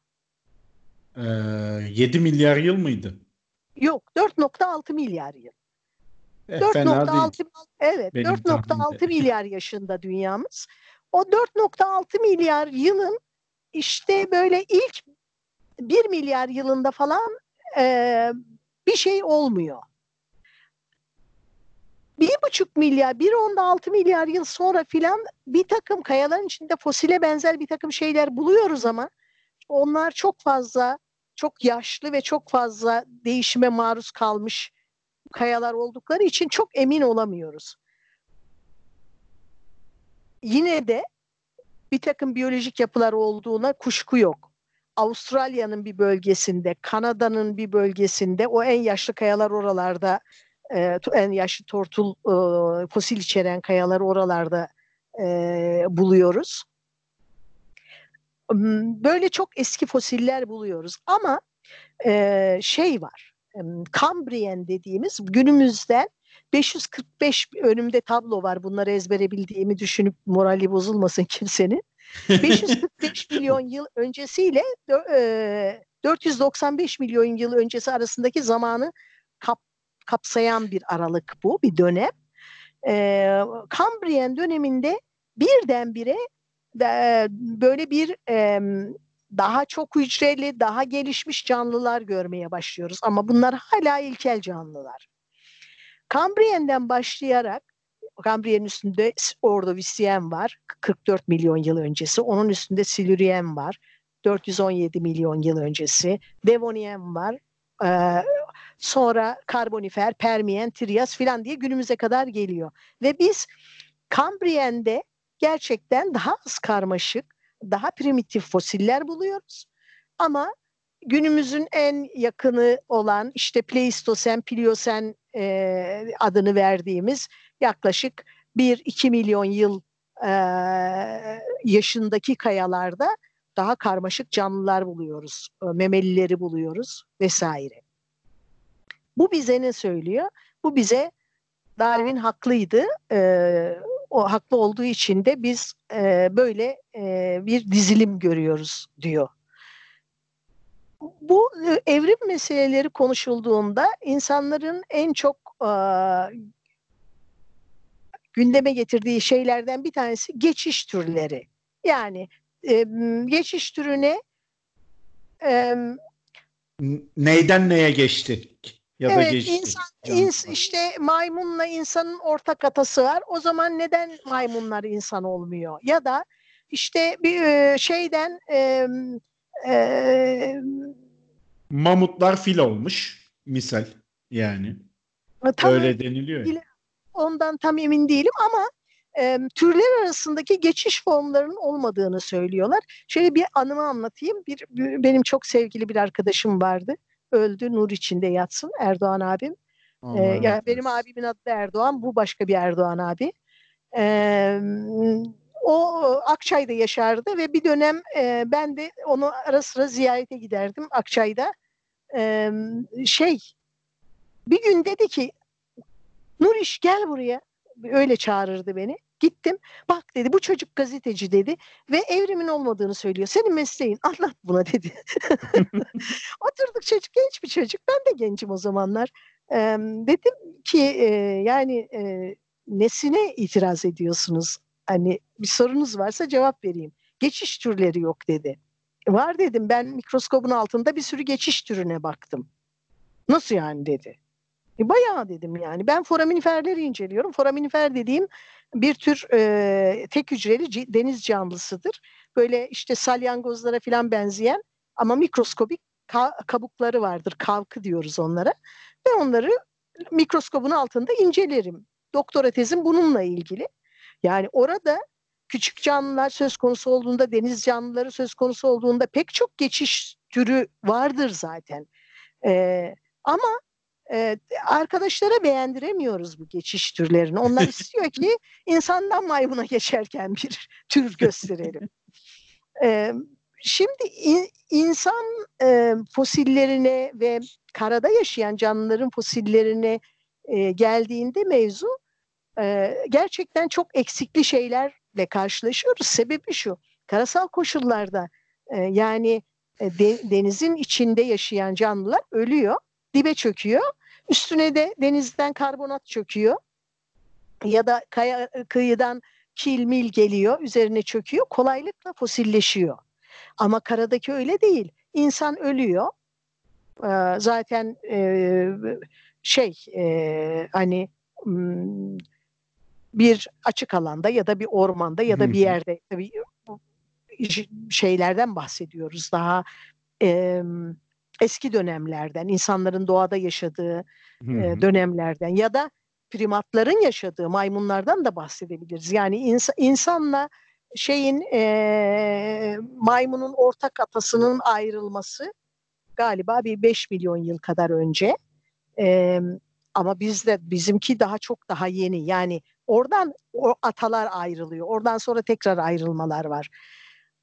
Speaker 1: 7 milyar yıl mıydı?
Speaker 2: Yok, 4,6 milyar yıl.
Speaker 1: Fena değil.
Speaker 2: Evet,
Speaker 1: Benim
Speaker 2: 4,6 milyar yaşında dünyamız. O 4,6 milyar yılın işte böyle ilk 1 milyar yılında falan bir şey olmuyor. 1,5 milyar, 1,6 milyar yıl sonra filan bir takım kayaların içinde fosile benzer bir takım şeyler buluyoruz ama onlar çok fazla, çok yaşlı ve çok fazla değişime maruz kalmış kayalar oldukları için çok emin olamıyoruz. Yine de bir takım biyolojik yapılar olduğuna kuşku yok. Avustralya'nın bir bölgesinde, Kanada'nın bir bölgesinde o en yaşlı kayalar oralarda, en yaşlı tortul fosil içeren kayalar oralarda buluyoruz. Böyle çok eski fosiller buluyoruz ama şey var. Kambriyen dediğimiz günümüzden 545 önümde tablo var. Bunları ezbere bildiğimi düşünüp morali bozulmasın kimsenin. 545 milyon yıl öncesiyle 495 milyon yıl öncesi arasındaki zamanı kapsayan bir aralık bu, bir dönem. Kambriyen döneminde birdenbire böyle bir daha çok hücreli, daha gelişmiş canlılar görmeye başlıyoruz. Ama bunlar hala ilkel canlılar. Kambriyen'den başlayarak, Kambriyen'in üstünde Ordovisiyen var, 44 milyon yıl öncesi. Onun üstünde Silürien var, 417 milyon yıl öncesi. Devoniyen var. Sonra Karbonifer, Permiyen, Trias filan diye günümüze kadar geliyor. Ve biz Kambriyen'de gerçekten daha az karmaşık, daha primitif fosiller buluyoruz. Ama günümüzün en yakını olan işte Pleistosen, Pliosen adını verdiğimiz yaklaşık 1-2 milyon yıl yaşındaki kayalarda daha karmaşık canlılar buluyoruz. Memelileri buluyoruz vesaire. Bu bize ne söylüyor? Bu bize Darwin haklıydı. O haklı olduğu için de biz böyle bir dizilim görüyoruz diyor. Bu evrim meseleleri konuşulduğunda insanların en çok gündeme getirdiği şeylerden bir tanesi geçiş türleri. Yani geçiş türüne
Speaker 1: neyden neye geçtik ya da
Speaker 2: evet,
Speaker 1: geçtik.
Speaker 2: işte maymunla insanın ortak atası var. O zaman neden maymunlar insan olmuyor? Ya da işte bir şeyden
Speaker 1: Mamutlar fil olmuş misal yani.
Speaker 2: tam
Speaker 1: Öyle deniliyor ya.
Speaker 2: ondan tam emin değilim ama türler arasındaki geçiş formlarının olmadığını söylüyorlar. Şöyle bir anımı anlatayım. Benim çok sevgili bir arkadaşım vardı. Öldü, nur içinde yatsın, Erdoğan abim.
Speaker 1: Allah
Speaker 2: Ya
Speaker 1: rahmet
Speaker 2: benim
Speaker 1: eylesin.
Speaker 2: abimin adı da Erdoğan, bu başka bir Erdoğan abi. Ee, O Akçay'da yaşardı ve bir dönem ben de onu ara sıra ziyarete giderdim Akçay'da. Ee, şey Bir gün dedi ki, Nuriş gel buraya. Öyle çağırırdı beni. Gittim. Bak dedi, bu çocuk gazeteci dedi ve evrimin olmadığını söylüyor. Senin mesleğin, anlat buna dedi. Oturduk, çocuk genç bir çocuk. Ben de gencim o zamanlar. Dedim ki yani nesine itiraz ediyorsunuz? Hani bir sorunuz varsa cevap vereyim. Geçiş türleri yok dedi. Var dedim, ben mikroskobun altında bir sürü geçiş türüne baktım. Nasıl yani dedi. Bayağı dedim yani. Ben foraminiferleri inceliyorum. Foraminifer dediğim bir tür tek hücreli deniz canlısıdır. Böyle işte salyangozlara falan benzeyen ama mikroskobik kabukları vardır. Kavkı diyoruz onlara. Ve onları mikroskobun altında incelerim. Doktora tezim bununla ilgili. Yani orada küçük canlılar söz konusu olduğunda, deniz canlıları söz konusu olduğunda pek çok geçiş türü vardır zaten. Ama arkadaşlara beğendiremiyoruz bu geçiş türlerini. Onlar istiyor ki insandan maymuna geçerken bir tür gösterelim. E, Şimdi insan fosillerine ve karada yaşayan canlıların fosillerine geldiğinde mevzu gerçekten çok eksikli şeylerle karşılaşıyoruz. Sebebi şu: karasal koşullarda yani denizin içinde yaşayan canlılar ölüyor, dibe çöküyor. Üstüne de denizden karbonat çöküyor ya da kıyıdan kil mil geliyor, üzerine çöküyor, kolaylıkla fosilleşiyor. Ama karadaki öyle değil. İnsan ölüyor. Zaten hani bir açık alanda ya da bir ormanda ya da bir yerde, tabii şeylerden bahsediyoruz. Daha eski dönemlerden, insanların doğada yaşadığı dönemlerden ya da primatların yaşadığı maymunlardan da bahsedebiliriz. Yani insanla maymunun ortak atasının ayrılması galiba bir 5 milyon yıl kadar önce. Ama bizimki çok daha yeni. Yani oradan o atalar ayrılıyor. Oradan sonra tekrar ayrılmalar var.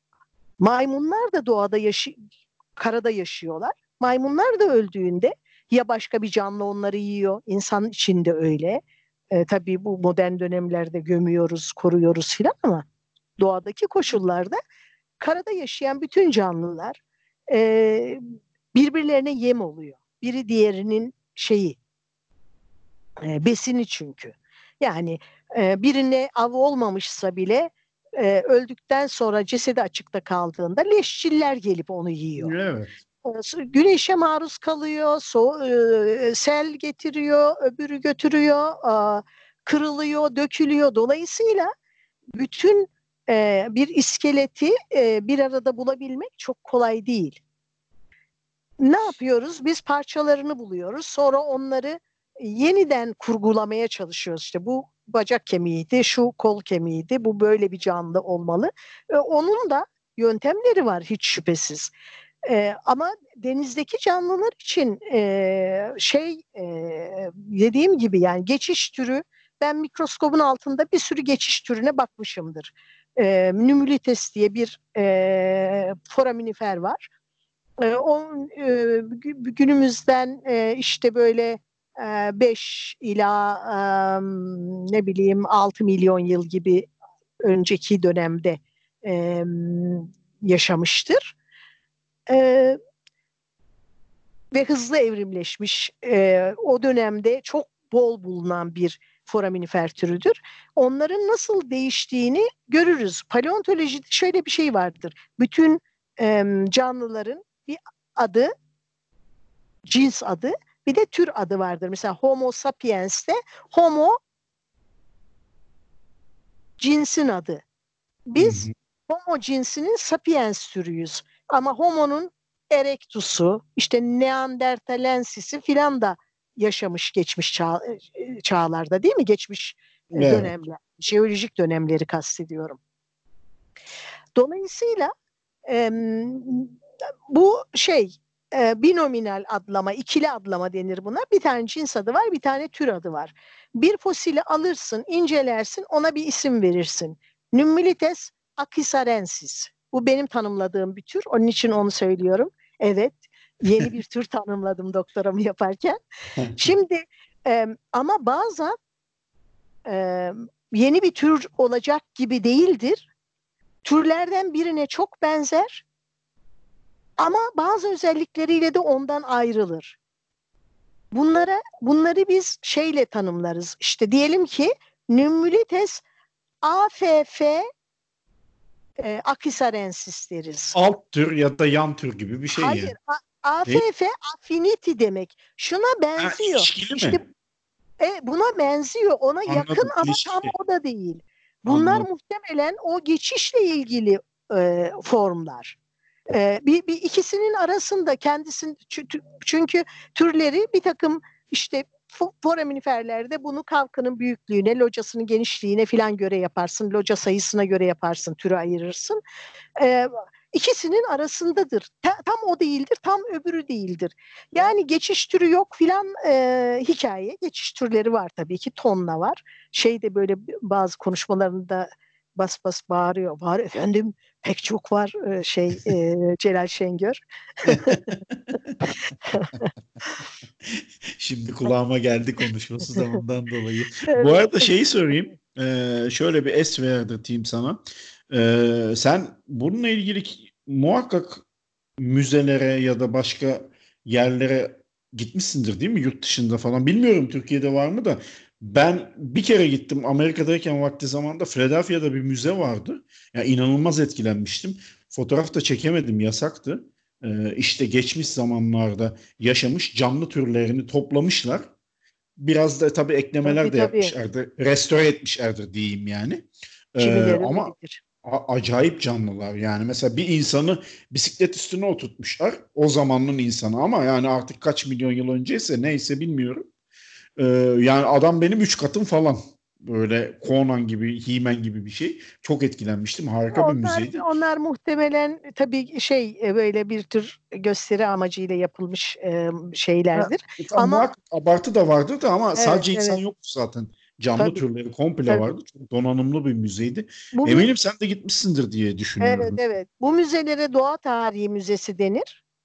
Speaker 2: Maymunlar da karada yaşıyorlar. Maymunlar da öldüğünde Ya başka bir canlı onları yiyor. İnsan için de öyle. Tabii bu modern dönemlerde gömüyoruz, koruyoruz filan ama doğadaki koşullarda karada yaşayan bütün canlılar e, birbirlerine yem oluyor. Biri diğerinin besini çünkü. Yani birine av olmamışsa bile öldükten sonra cesedi açıkta kaldığında leşçiller gelip onu yiyor.
Speaker 1: Evet.
Speaker 2: Güneşe maruz kalıyor, sel getiriyor, öbürü götürüyor, kırılıyor, dökülüyor. Dolayısıyla bütün bir iskeleti bir arada bulabilmek çok kolay değil. Ne yapıyoruz? Biz parçalarını buluyoruz. Sonra onları yeniden kurgulamaya çalışıyoruz. İşte bu bacak kemiğiydi, şu kol kemiğiydi, bu böyle bir canlı olmalı. Onun da yöntemleri var hiç şüphesiz. Ama denizdeki canlılar için dediğim gibi yani geçiş türü, ben mikroskobun altında bir sürü geçiş türüne bakmışımdır. Nummulites diye bir foraminifer var. Günümüzden işte böyle 5 ila ne bileyim 6 milyon yıl gibi önceki dönemde e, yaşamıştır. E, Ve hızlı evrimleşmiş. O dönemde çok bol bulunan bir foraminifer türüdür. Onların nasıl değiştiğini görürüz. Paleontolojide şöyle bir şey vardır. Bütün canlıların bir adı, cins adı, bir de tür adı vardır. Mesela Homo sapiens'te Homo cinsin adı.
Speaker 1: Hı
Speaker 2: Biz
Speaker 1: hı.
Speaker 2: Homo cinsinin sapiens türüyüz. Ama Homo'nun erectus'u, işte Neanderthalensis'i filan da yaşamış geçmiş çağlarda, değil mi? Geçmiş
Speaker 1: Evet.
Speaker 2: dönemler, jeolojik dönemleri kastediyorum. Dolayısıyla e, bu binominal adlama, ikili adlama denir buna. Bir tane cins adı var, bir tane tür adı var. Bir fosili alırsın, incelersin, ona bir isim verirsin. Nummulites acisarensis. Bu benim tanımladığım bir tür. Onun için onu söylüyorum. Evet, yeni bir tür tanımladım doktoramı yaparken. Şimdi ama bazen e, yeni bir tür olacak gibi değildir. Türlerden birine çok benzer ama bazı özellikleriyle de ondan ayrılır. Bunları biz şeyle tanımlarız. İşte diyelim ki Nummulites AFF Acisarensis deriz.
Speaker 1: Alt tür ya da yan tür gibi bir şey
Speaker 2: Hayır,
Speaker 1: yani. Değil.
Speaker 2: AFF affinity demek. Şuna
Speaker 1: Ha,
Speaker 2: benziyor.
Speaker 1: ilişkili
Speaker 2: İşte
Speaker 1: mi?
Speaker 2: buna benziyor, ona yakın
Speaker 1: Anladım.
Speaker 2: ama tam
Speaker 1: İlişkili.
Speaker 2: o da değil. Bunlar
Speaker 1: Anladım.
Speaker 2: muhtemelen o geçişle ilgili formlar. Bir ikisinin arasında kendisini, çünkü türleri bir takım işte foraminiferlerde bunu kavkının büyüklüğüne, locasının genişliğine filan göre yaparsın. Loca sayısına göre yaparsın, türü ayırırsın. Ee, ikisinin arasındadır. Tam o değildir, tam öbürü değildir. Yani geçiş türü yok filan hikaye. Geçiş türleri var tabii ki, tonla var. De böyle bazı konuşmalarında bas bas bağırıyor. Var efendim, pek çok var Celal Şengör.
Speaker 1: Şimdi kulağıma geldi konuşması da ondan dolayı. Bu
Speaker 2: Evet.
Speaker 1: arada şeyi sorayım. Şöyle bir es verdirteyim sana. Sen bununla ilgili muhakkak müzelere ya da başka yerlere gitmişsindir değil mi? Yurt dışında falan. Bilmiyorum Türkiye'de var mı da. Ben bir kere gittim Amerika'dayken vakti zamanında Philadelphia'da bir müze vardı. Ya inanılmaz etkilenmiştim. Fotoğraf da çekemedim, yasaktı. İşte geçmiş zamanlarda yaşamış canlı türlerini toplamışlar. Biraz da tabii
Speaker 2: Tabii
Speaker 1: eklemeler de
Speaker 2: tabii.
Speaker 1: yapmışlardı. Restore etmişlerdir diyeyim yani.
Speaker 2: Kimileri
Speaker 1: Ama
Speaker 2: öyledir.
Speaker 1: acayip canlılar yani. Mesela bir insanı bisiklet üstüne oturtmuşlar. O zamanın insanı ama yani artık kaç milyon yıl önceyse neyse bilmiyorum. Ee, Yani adam benim 3 katım falan. Böyle Conan gibi, He-Man gibi bir şey. Çok etkilenmiştim. Harika bir
Speaker 2: Onlar
Speaker 1: müzeydi.
Speaker 2: onlar muhtemelen tabii böyle bir tür gösteri amacıyla yapılmış
Speaker 1: Ha,
Speaker 2: şeylerdir.
Speaker 1: tam
Speaker 2: Ama
Speaker 1: muhakkak abartı da vardı da ama
Speaker 2: evet
Speaker 1: sadece insan
Speaker 2: evet
Speaker 1: yoktu zaten. Canlı
Speaker 2: tabii
Speaker 1: türleri komple
Speaker 2: tabii.
Speaker 1: vardı. Çok donanımlı bir müzeydi.
Speaker 2: Bu mü-
Speaker 1: Eminim sen de gitmişsindir diye
Speaker 2: evet
Speaker 1: düşünüyorum.
Speaker 2: evet. Bu müzelere doğa tarihi müzesi denir.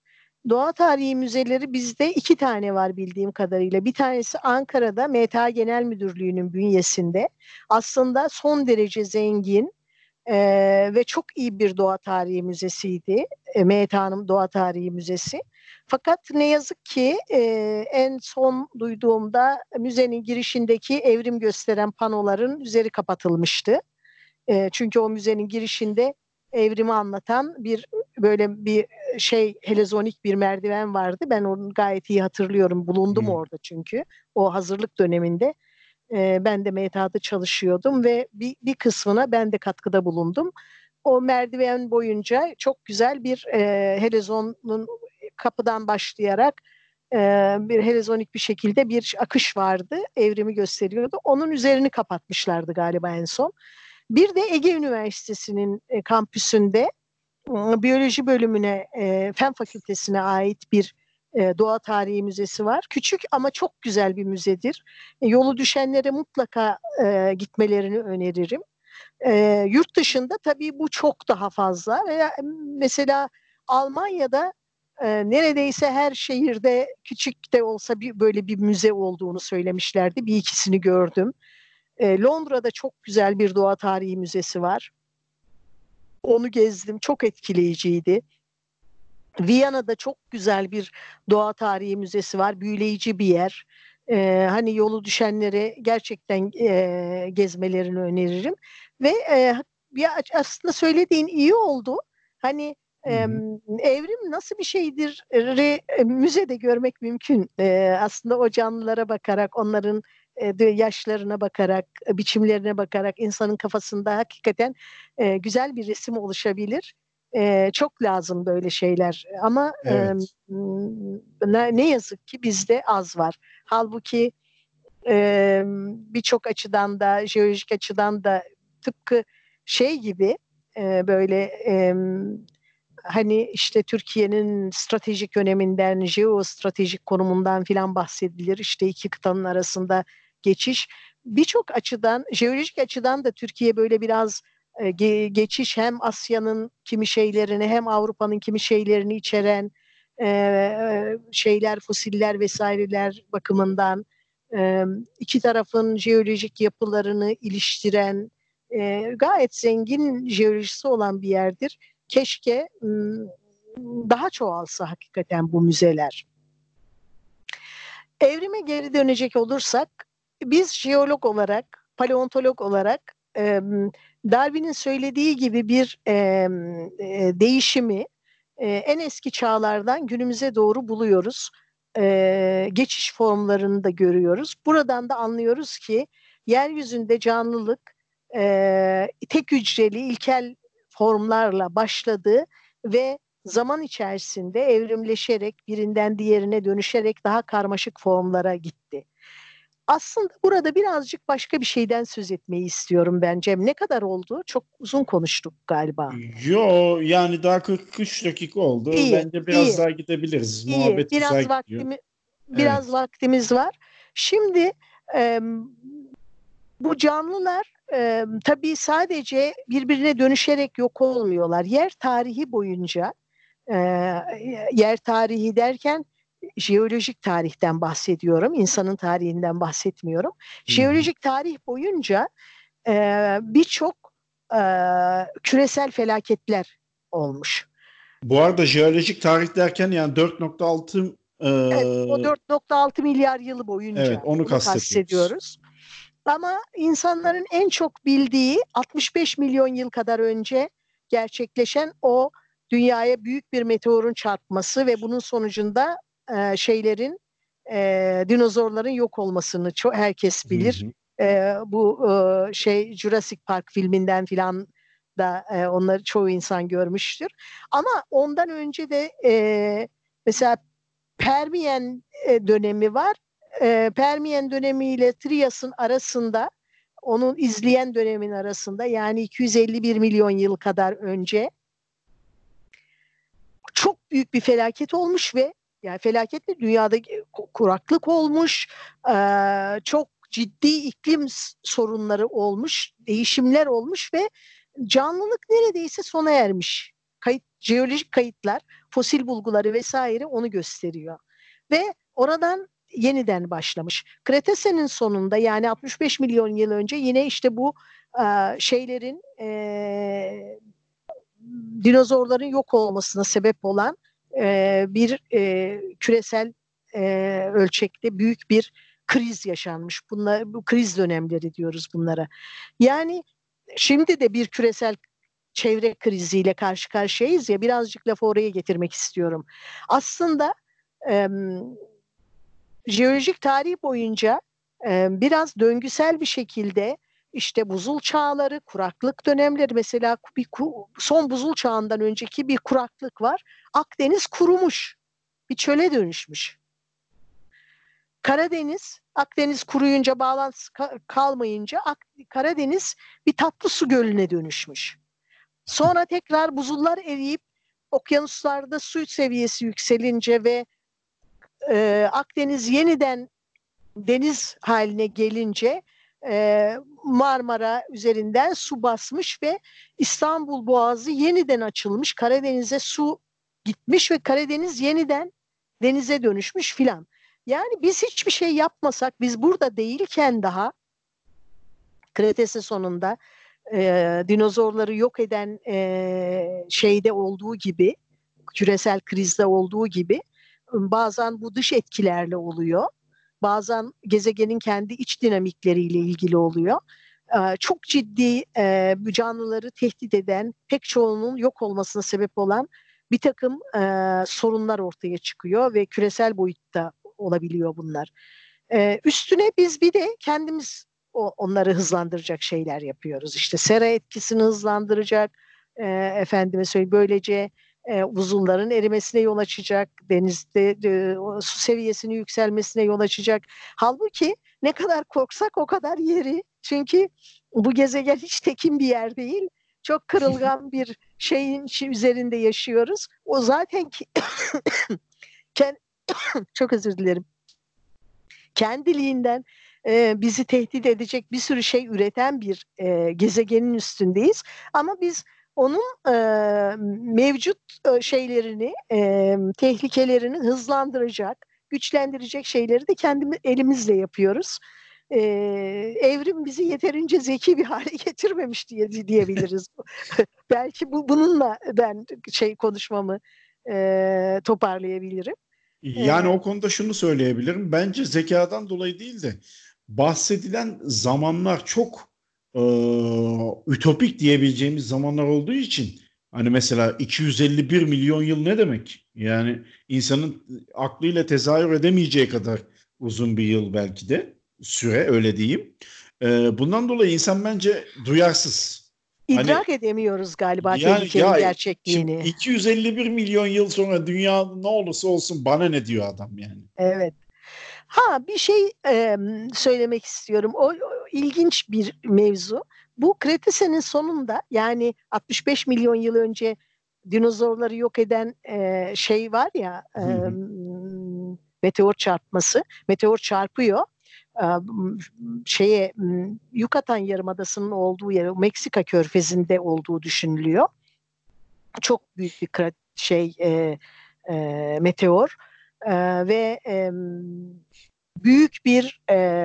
Speaker 2: Doğa tarihi müzeleri bizde 2 tane var bildiğim kadarıyla. Bir tanesi Ankara'da MTA Genel Müdürlüğü'nün bünyesinde. Aslında son derece zengin ve çok iyi bir doğa tarihi müzesiydi. MTA'nın Doğa Tarihi Müzesi. Fakat ne yazık ki en son duyduğumda müzenin girişindeki evrim gösteren panoların üzeri kapatılmıştı. Çünkü o müzenin girişinde evrimi anlatan böyle bir helezonik bir merdiven vardı. Ben onu gayet iyi hatırlıyorum. Bulundum
Speaker 1: Hı.
Speaker 2: orada çünkü. O hazırlık döneminde ben de MTA'da çalışıyordum ve bir kısmına ben de katkıda bulundum. O merdiven boyunca çok güzel bir helezonun kapıdan başlayarak e, bir helezonik bir şekilde bir akış vardı. Evrimi gösteriyordu. Onun üzerini kapatmışlardı galiba en son. Bir de Ege Üniversitesi'nin kampüsünde biyoloji bölümüne, fen fakültesine ait bir doğa tarihi müzesi var. Küçük ama çok güzel bir müzedir. Yolu düşenlere mutlaka gitmelerini öneririm. Yurt dışında tabii bu çok daha fazla. Mesela Almanya'da neredeyse her şehirde küçük de olsa böyle bir müze olduğunu söylemişlerdi. Bir ikisini gördüm. Londra'da çok güzel bir doğa tarihi müzesi var. Onu gezdim. Çok etkileyiciydi. Viyana'da çok güzel bir doğa tarihi müzesi var. Büyüleyici bir yer. Hani yolu düşenlere gerçekten gezmelerini öneririm. Ve aslında söylediğin iyi oldu. Hani
Speaker 1: Hı hı.
Speaker 2: evrim nasıl bir şeydir? Müzede görmek mümkün. Aslında o canlılara bakarak, onların yaşlarına bakarak, biçimlerine bakarak insanın kafasında hakikaten güzel bir resim oluşabilir. Çok lazım böyle şeyler ama
Speaker 1: Evet.
Speaker 2: ne yazık ki bizde az var. Halbuki birçok açıdan da jeolojik açıdan da tıpkı gibi böyle hani işte Türkiye'nin stratejik öneminden, jeostratejik konumundan filan bahsedilir. İşte iki kıtanın arasında geçiş. Birçok açıdan, jeolojik açıdan da Türkiye böyle biraz geçiş hem Asya'nın kimi şeylerini hem Avrupa'nın kimi şeylerini içeren şeyler, fosiller vesaireler bakımından iki tarafın jeolojik yapılarını iliştiren gayet zengin jeolojisi olan bir yerdir. Keşke daha çoğalsa hakikaten bu müzeler. Evrime geri dönecek olursak, biz jeolog olarak, paleontolog olarak Darwin'in söylediği gibi bir değişimi en eski çağlardan günümüze doğru buluyoruz. Geçiş formlarını da görüyoruz. Buradan da anlıyoruz ki yeryüzünde canlılık tek hücreli ilkel formlarla başladı ve zaman içerisinde evrimleşerek birinden diğerine dönüşerek daha karmaşık formlara gitti. Aslında burada birazcık başka bir şeyden söz etmeyi istiyorum ben Cem. Ne kadar oldu? Çok uzun konuştuk galiba.
Speaker 1: Yo, yani daha 43 dakika oldu.
Speaker 2: İyi,
Speaker 1: Bence biraz
Speaker 2: iyi,
Speaker 1: daha gidebiliriz.
Speaker 2: iyi.
Speaker 1: Muhabbet güzel gidiyor.
Speaker 2: Biraz
Speaker 1: Evet.
Speaker 2: vaktimiz var. Şimdi e, bu canlılar tabii sadece birbirine dönüşerek yok olmuyorlar. Yer tarihi boyunca, e, yer tarihi derken jeolojik tarihten bahsediyorum, insanın tarihinden bahsetmiyorum.
Speaker 1: Hı hı.
Speaker 2: Jeolojik tarih boyunca birçok e, küresel felaketler olmuş.
Speaker 1: Bu arada jeolojik tarih derken yani 4,6
Speaker 2: Evet, o 4,6 milyar yılı
Speaker 1: evet,
Speaker 2: boyunca
Speaker 1: onu
Speaker 2: bunu
Speaker 1: kastediyoruz.
Speaker 2: kastediyoruz. Ama insanların en çok bildiği 65 milyon yıl kadar önce gerçekleşen o dünyaya büyük bir meteorun çarpması ve bunun sonucunda dinozorların yok olmasını herkes
Speaker 1: Hı
Speaker 2: bilir.
Speaker 1: hı.
Speaker 2: Bu Jurassic Park filminden filan da onları çoğu insan görmüştür. Ama ondan önce de mesela Permiyen dönemi var. Permiyen dönemiyle Trias'ın arasında, onun izleyen dönemin arasında, yani 251 milyon yıl kadar önce çok büyük bir felaket olmuş ve yani felaketle dünyada kuraklık olmuş, çok ciddi iklim sorunları olmuş, değişimler olmuş ve canlılık neredeyse sona ermiş. jeolojik kayıtlar, fosil bulguları vesaire onu gösteriyor. Ve oradan yeniden başlamış. Kretese'nin sonunda, yani 65 milyon yıl önce, yine işte bu şeylerin dinozorların yok olmasına sebep olan bir küresel ölçekte büyük bir kriz yaşanmış. Bu kriz dönemleri diyoruz bunlara. Yani şimdi de bir küresel çevre kriziyle karşı karşıyayız ya, birazcık lafı oraya getirmek istiyorum. Aslında jeolojik tarih boyunca biraz döngüsel bir şekilde işte buzul çağları, kuraklık dönemleri, mesela son buzul çağından önceki bir kuraklık var. Akdeniz kurumuş, bir çöle dönüşmüş. Akdeniz kuruyunca, bağlantısı kalmayınca Karadeniz bir tatlı su gölüne dönüşmüş. Sonra tekrar buzullar eriyip okyanuslarda su seviyesi yükselince ve Akdeniz yeniden deniz haline gelince Marmara üzerinden su basmış ve İstanbul Boğazı yeniden açılmış. Karadeniz'e su gitmiş ve Karadeniz yeniden denize dönüşmüş filan. Yani biz hiçbir şey yapmasak, biz burada değilken daha Kretase sonunda dinozorları yok eden şeyde olduğu gibi, küresel krizde olduğu gibi, bazen bu dış etkilerle oluyor. Bazen gezegenin kendi iç dinamikleriyle ilgili oluyor. Çok ciddi canlıları tehdit eden, pek çoğunun yok olmasına sebep olan bir takım sorunlar ortaya çıkıyor ve küresel boyutta olabiliyor bunlar. Üstüne biz bir de kendimiz onları hızlandıracak şeyler yapıyoruz. İşte sera etkisini hızlandıracak, efendime söyleyeyim, böylece buzulların erimesine yol açacak, denizde su seviyesinin yükselmesine yol açacak. Halbuki ne kadar korksak o kadar yeri. Çünkü bu gezegen hiç tekin bir yer değil. Çok kırılgan bir şeyin üzerinde yaşıyoruz. O zaten çok özür dilerim. Kendiliğinden bizi tehdit edecek bir sürü şey üreten bir gezegenin üstündeyiz. Ama biz onun mevcut şeylerini, tehlikelerini hızlandıracak, güçlendirecek şeyleri de kendi elimizle yapıyoruz. Evrim bizi yeterince zeki bir hale getirmemiş diyebiliriz. Belki bununla ben konuşmamı toparlayabilirim.
Speaker 1: Yani o konuda şunu söyleyebilirim. Bence zekadan dolayı değil de bahsedilen zamanlar çok ütopik diyebileceğimiz zamanlar olduğu için, hani mesela 251 milyon yıl ne demek? Yani insanın aklıyla tezahür edemeyeceği kadar uzun bir yıl, belki de süre, öyle diyeyim. Bundan dolayı insan bence duyarsız. Hani
Speaker 2: İdrak edemiyoruz galiba
Speaker 1: yani
Speaker 2: tehlikenin
Speaker 1: ya, şimdi
Speaker 2: gerçekliğini.
Speaker 1: 251 milyon yıl sonra dünya ne olursa olsun bana ne diyor adam yani.
Speaker 2: Evet. Bir şey söylemek istiyorum. O ilginç bir mevzu. Bu Kretese'nin sonunda, yani 65 milyon yıl önce dinozorları yok eden şey var ya, meteor çarpması. Meteor çarpıyor. E, Yucatan Yarımadası'nın olduğu yer, Meksika Körfezi'nde olduğu düşünülüyor. Çok büyük bir meteor. Ve büyük bir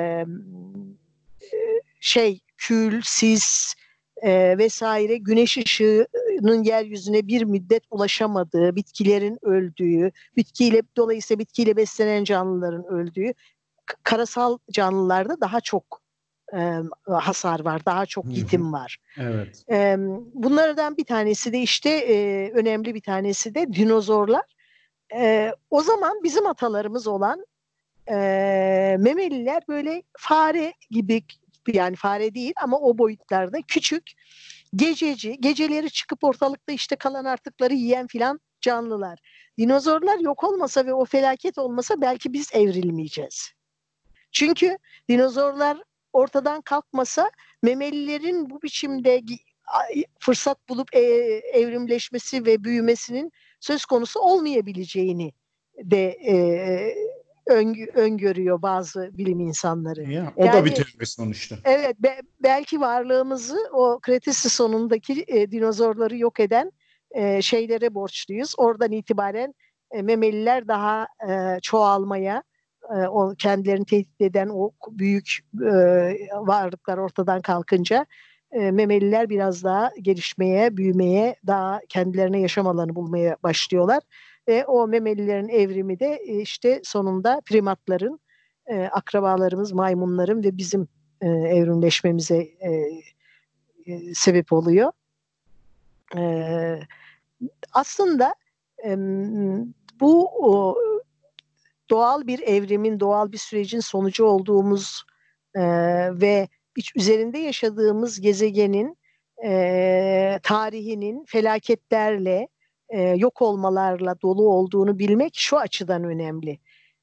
Speaker 2: kül, sis vesaire, güneş ışığının yeryüzüne bir müddet ulaşamadığı, bitkilerin öldüğü, dolayısıyla bitkiyle beslenen canlıların öldüğü, karasal canlılarda daha çok hasar var, daha çok yitim var.
Speaker 1: Evet.
Speaker 2: Bunlardan bir tanesi de işte önemli bir tanesi de dinozorlar. O zaman bizim atalarımız olan memeliler böyle fare gibi, yani fare değil ama o boyutlarda küçük, geceleri çıkıp ortalıkta işte kalan artıkları yiyen filan canlılar. Dinozorlar yok olmasa ve o felaket olmasa belki biz evrilmeyeceğiz. Çünkü dinozorlar ortadan kalkmasa memelilerin bu biçimde fırsat bulup evrimleşmesi ve büyümesinin söz konusu olmayabileceğini de öngörüyor bazı bilim insanları.
Speaker 1: Ya, o da bir
Speaker 2: Yani
Speaker 1: teori sonuçta.
Speaker 2: evet, belki varlığımızı o Kretase sonundaki dinozorları yok eden şeylere borçluyuz. Oradan itibaren memeliler daha çoğalmaya, o kendilerini tehdit eden o büyük varlıklar ortadan kalkınca memeliler biraz daha gelişmeye, büyümeye, daha kendilerine yaşam alanı bulmaya başlıyorlar. Ve o memelilerin evrimi de işte sonunda primatların, akrabalarımız, maymunların ve bizim evrimleşmemize sebep oluyor. Aslında bu doğal bir evrimin, doğal bir sürecin sonucu olduğumuz ve üzerinde yaşadığımız gezegenin tarihinin felaketlerle, yok olmalarla dolu olduğunu bilmek şu açıdan önemli.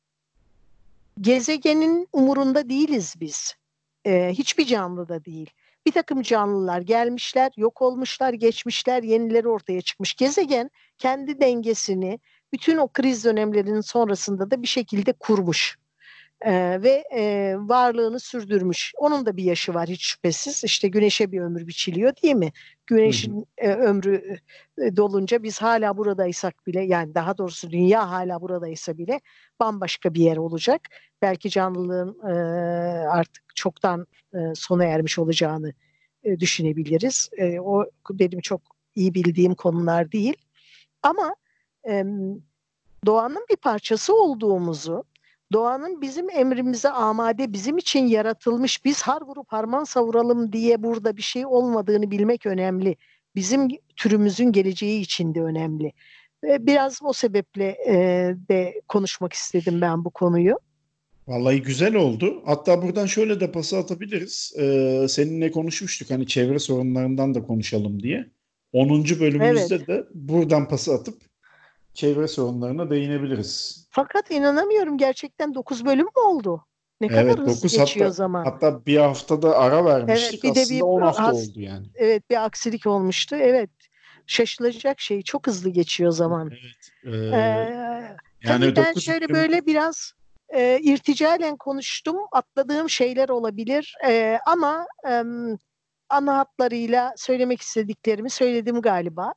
Speaker 2: Gezegenin umurunda değiliz biz. Hiçbir canlı da değil. Bir takım canlılar gelmişler, yok olmuşlar, geçmişler, yenileri ortaya çıkmış. Gezegen kendi dengesini bütün o kriz dönemlerinin sonrasında da bir şekilde kurmuş. Ve varlığını sürdürmüş. Onun da bir yaşı var hiç şüphesiz. İşte güneşe bir ömür biçiliyor değil mi? Güneşin ömrü dolunca biz hala buradaysak bile, yani daha doğrusu dünya hala buradaysa bile bambaşka bir yer olacak. Belki canlılığın artık çoktan sona ermiş olacağını düşünebiliriz. O benim çok iyi bildiğim konular değil. Ama doğanın bir parçası olduğumuzu, doğanın bizim emrimize amade, bizim için yaratılmış, biz har vurup harman savuralım diye burada bir şey olmadığını bilmek önemli. Bizim türümüzün geleceği için de önemli. Biraz o sebeple de konuşmak istedim ben bu konuyu.
Speaker 1: Vallahi güzel oldu. Hatta buradan şöyle de pası atabiliriz. Seninle konuşmuştuk hani çevre sorunlarından da konuşalım diye. 10.
Speaker 2: Evet.
Speaker 1: bölümümüzde de buradan pası atıp çevre sorunlarına değinebiliriz.
Speaker 2: Fakat inanamıyorum, gerçekten 9 bölüm mü oldu? Ne kadar
Speaker 1: Evet,
Speaker 2: hızlı
Speaker 1: 9,
Speaker 2: geçiyor
Speaker 1: hatta
Speaker 2: zaman.
Speaker 1: hatta bir haftada ara
Speaker 2: Evet,
Speaker 1: vermiştik.
Speaker 2: bir de bir
Speaker 1: Aslında 10 hafta oldu yani.
Speaker 2: evet, bir aksilik olmuştu. Evet. Şaşılacak şey, çok hızlı geçiyor zaman.
Speaker 1: Evet.
Speaker 2: Tabii
Speaker 1: Yani
Speaker 2: ben
Speaker 1: 9
Speaker 2: şöyle
Speaker 1: bölüm.
Speaker 2: böyle biraz irticalen konuştum. Atladığım şeyler olabilir. Ama ana hatlarıyla söylemek istediklerimi söyledim galiba.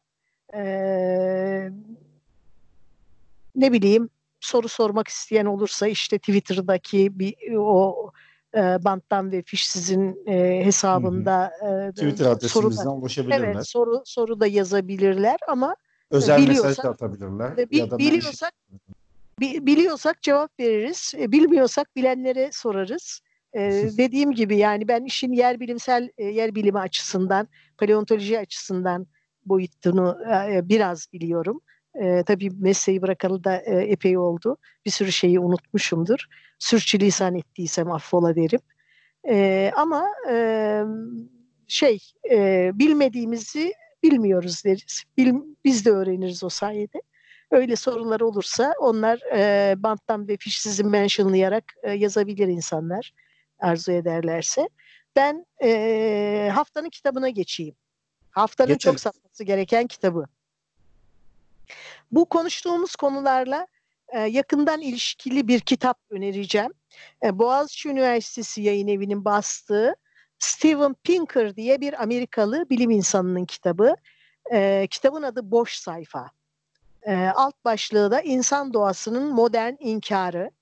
Speaker 2: Ne bileyim, soru sormak isteyen olursa işte Twitter'daki o Banttan ve Fişsiz'in
Speaker 1: Hı hı.
Speaker 2: hesabında
Speaker 1: Twitter
Speaker 2: soru da,
Speaker 1: adresimizden
Speaker 2: evet,
Speaker 1: ulaşabilirler.
Speaker 2: soru da yazabilirler ama
Speaker 1: Özel mesaj da
Speaker 2: biliyorsak
Speaker 1: atabilirler ya da mention.
Speaker 2: biliyorsak biliyorsak cevap veririz. Bilmiyorsak bilenlere sorarız. Dediğim gibi yani ben işin yer bilimsel, yer bilimi açısından, paleontoloji açısından boyutunu biraz biliyorum. Tabii mesleği bırakalı da epey oldu. Bir sürü şeyi unutmuşumdur. Sürçülisan ettiysem affola derim. Ama şey, bilmediğimizi bilmiyoruz deriz. Biz de öğreniriz o sayede. Öyle sorular olursa onlar banttan ve fişsizin mentionlayarak yazabilir insanlar, arzu ederlerse. Ben haftanın kitabına geçeyim. Haftanın çok
Speaker 1: Geçelim.
Speaker 2: satması gereken kitabı. Bu konuştuğumuz konularla yakından ilişkili bir kitap önereceğim. Boğaziçi Üniversitesi Yayın Evi'nin bastığı Steven Pinker diye bir Amerikalı bilim insanının kitabı. Kitabın adı Boş Sayfa. Alt başlığı da İnsan Doğasının Modern İnkarı.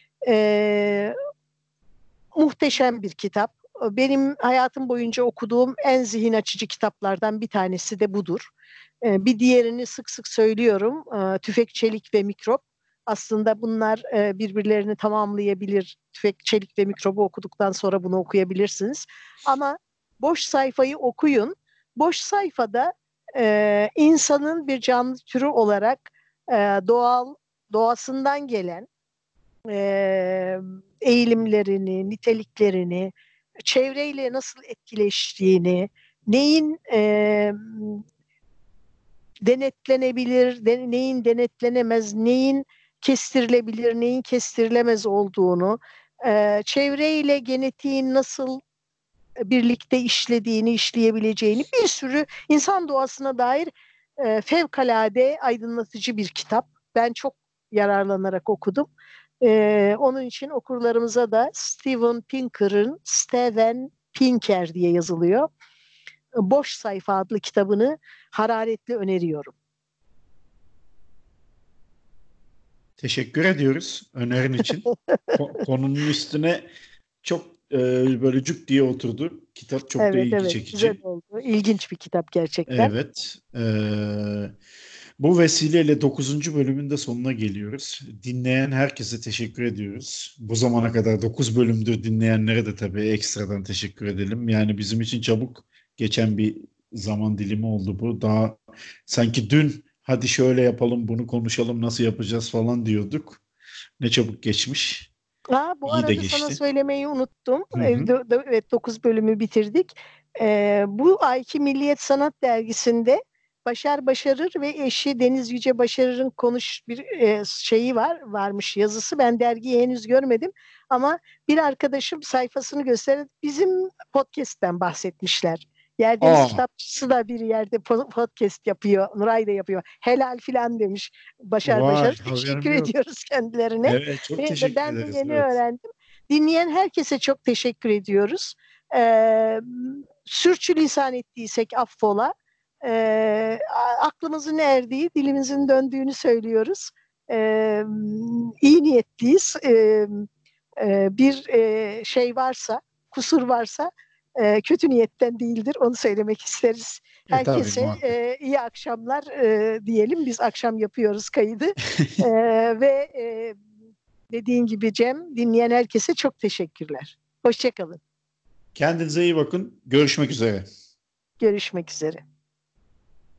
Speaker 2: Muhteşem bir kitap. Benim hayatım boyunca okuduğum en zihin açıcı kitaplardan bir tanesi de budur. Bir diğerini sık sık söylüyorum. Tüfek, Çelik ve Mikrop. Aslında bunlar birbirlerini tamamlayabilir. Tüfek, Çelik ve Mikrop'u okuduktan sonra bunu okuyabilirsiniz. Ama Boş Sayfayı okuyun. Boş sayfada insanın bir canlı türü olarak doğasından gelen eğilimlerini, niteliklerini, çevreyle nasıl etkileştiğini, neyin denetlenebilir, neyin denetlenemez, neyin kestirilebilir, neyin kestirilemez olduğunu, çevreyle genetiğin nasıl birlikte işlediğini, işleyebileceğini, bir sürü insan doğasına dair fevkalade aydınlatıcı bir kitap. Ben çok yararlanarak okudum. Onun için okurlarımıza da Steven Pinker diye yazılıyor, Boş Sayfa adlı kitabını hararetle öneriyorum.
Speaker 1: Teşekkür ediyoruz önerin için. Konunun üstüne çok böyle cuk diye oturdu. Kitap çok da
Speaker 2: Evet,
Speaker 1: ilgi
Speaker 2: evet, güzel
Speaker 1: çekici.
Speaker 2: oldu. İlginç bir kitap gerçekten.
Speaker 1: Evet. Bu vesileyle 9. bölümün de sonuna geliyoruz. Dinleyen herkese teşekkür ediyoruz. Bu zamana kadar 9 bölümdür dinleyenlere de tabii ekstradan teşekkür edelim. Yani bizim için çabuk geçen bir zaman dilimi oldu bu. Daha sanki dün hadi şöyle yapalım, bunu konuşalım, nasıl yapacağız falan diyorduk. Ne çabuk geçmiş.
Speaker 2: Bu
Speaker 1: İyi de
Speaker 2: arada sana
Speaker 1: geçti.
Speaker 2: söylemeyi unuttum.
Speaker 1: Hı hı.
Speaker 2: Evet, 9 bölümü bitirdik. Bu ayki Milliyet Sanat Dergisi'nde Başar Başarır ve eşi Deniz Yüce Başarır'ın bir şeyi varmış yazısı. Ben dergiyi henüz görmedim ama bir arkadaşım sayfasını gösterip bizim podcast'ten bahsetmişler. Yerdeniz
Speaker 1: Aa,
Speaker 2: Kitapçısı da bir yerde podcast yapıyor. Nuray da yapıyor. Helal filan demiş Başar
Speaker 1: vay
Speaker 2: Başarır. Teşekkür
Speaker 1: haberim yok.
Speaker 2: ediyoruz kendilerine.
Speaker 1: Evet, çok teşekkür
Speaker 2: Ben de
Speaker 1: ederiz.
Speaker 2: yeni
Speaker 1: Evet.
Speaker 2: öğrendim. Dinleyen herkese çok teşekkür ediyoruz. Ee, Sürçülisan ettiysek affola. Aklımızın erdiği, dilimizin döndüğünü söylüyoruz. İyi niyetliyiz. Bir şey varsa, kusur varsa kötü niyetten değildir. Onu söylemek isteriz.
Speaker 1: Tabii
Speaker 2: Herkese
Speaker 1: muhakkak.
Speaker 2: iyi akşamlar diyelim. Biz akşam yapıyoruz kaydı. E, ve dediğin gibi Cem, dinleyen herkese çok teşekkürler. Hoşça kalın.
Speaker 1: Kendinize iyi bakın. Görüşmek üzere.
Speaker 2: Görüşmek üzere.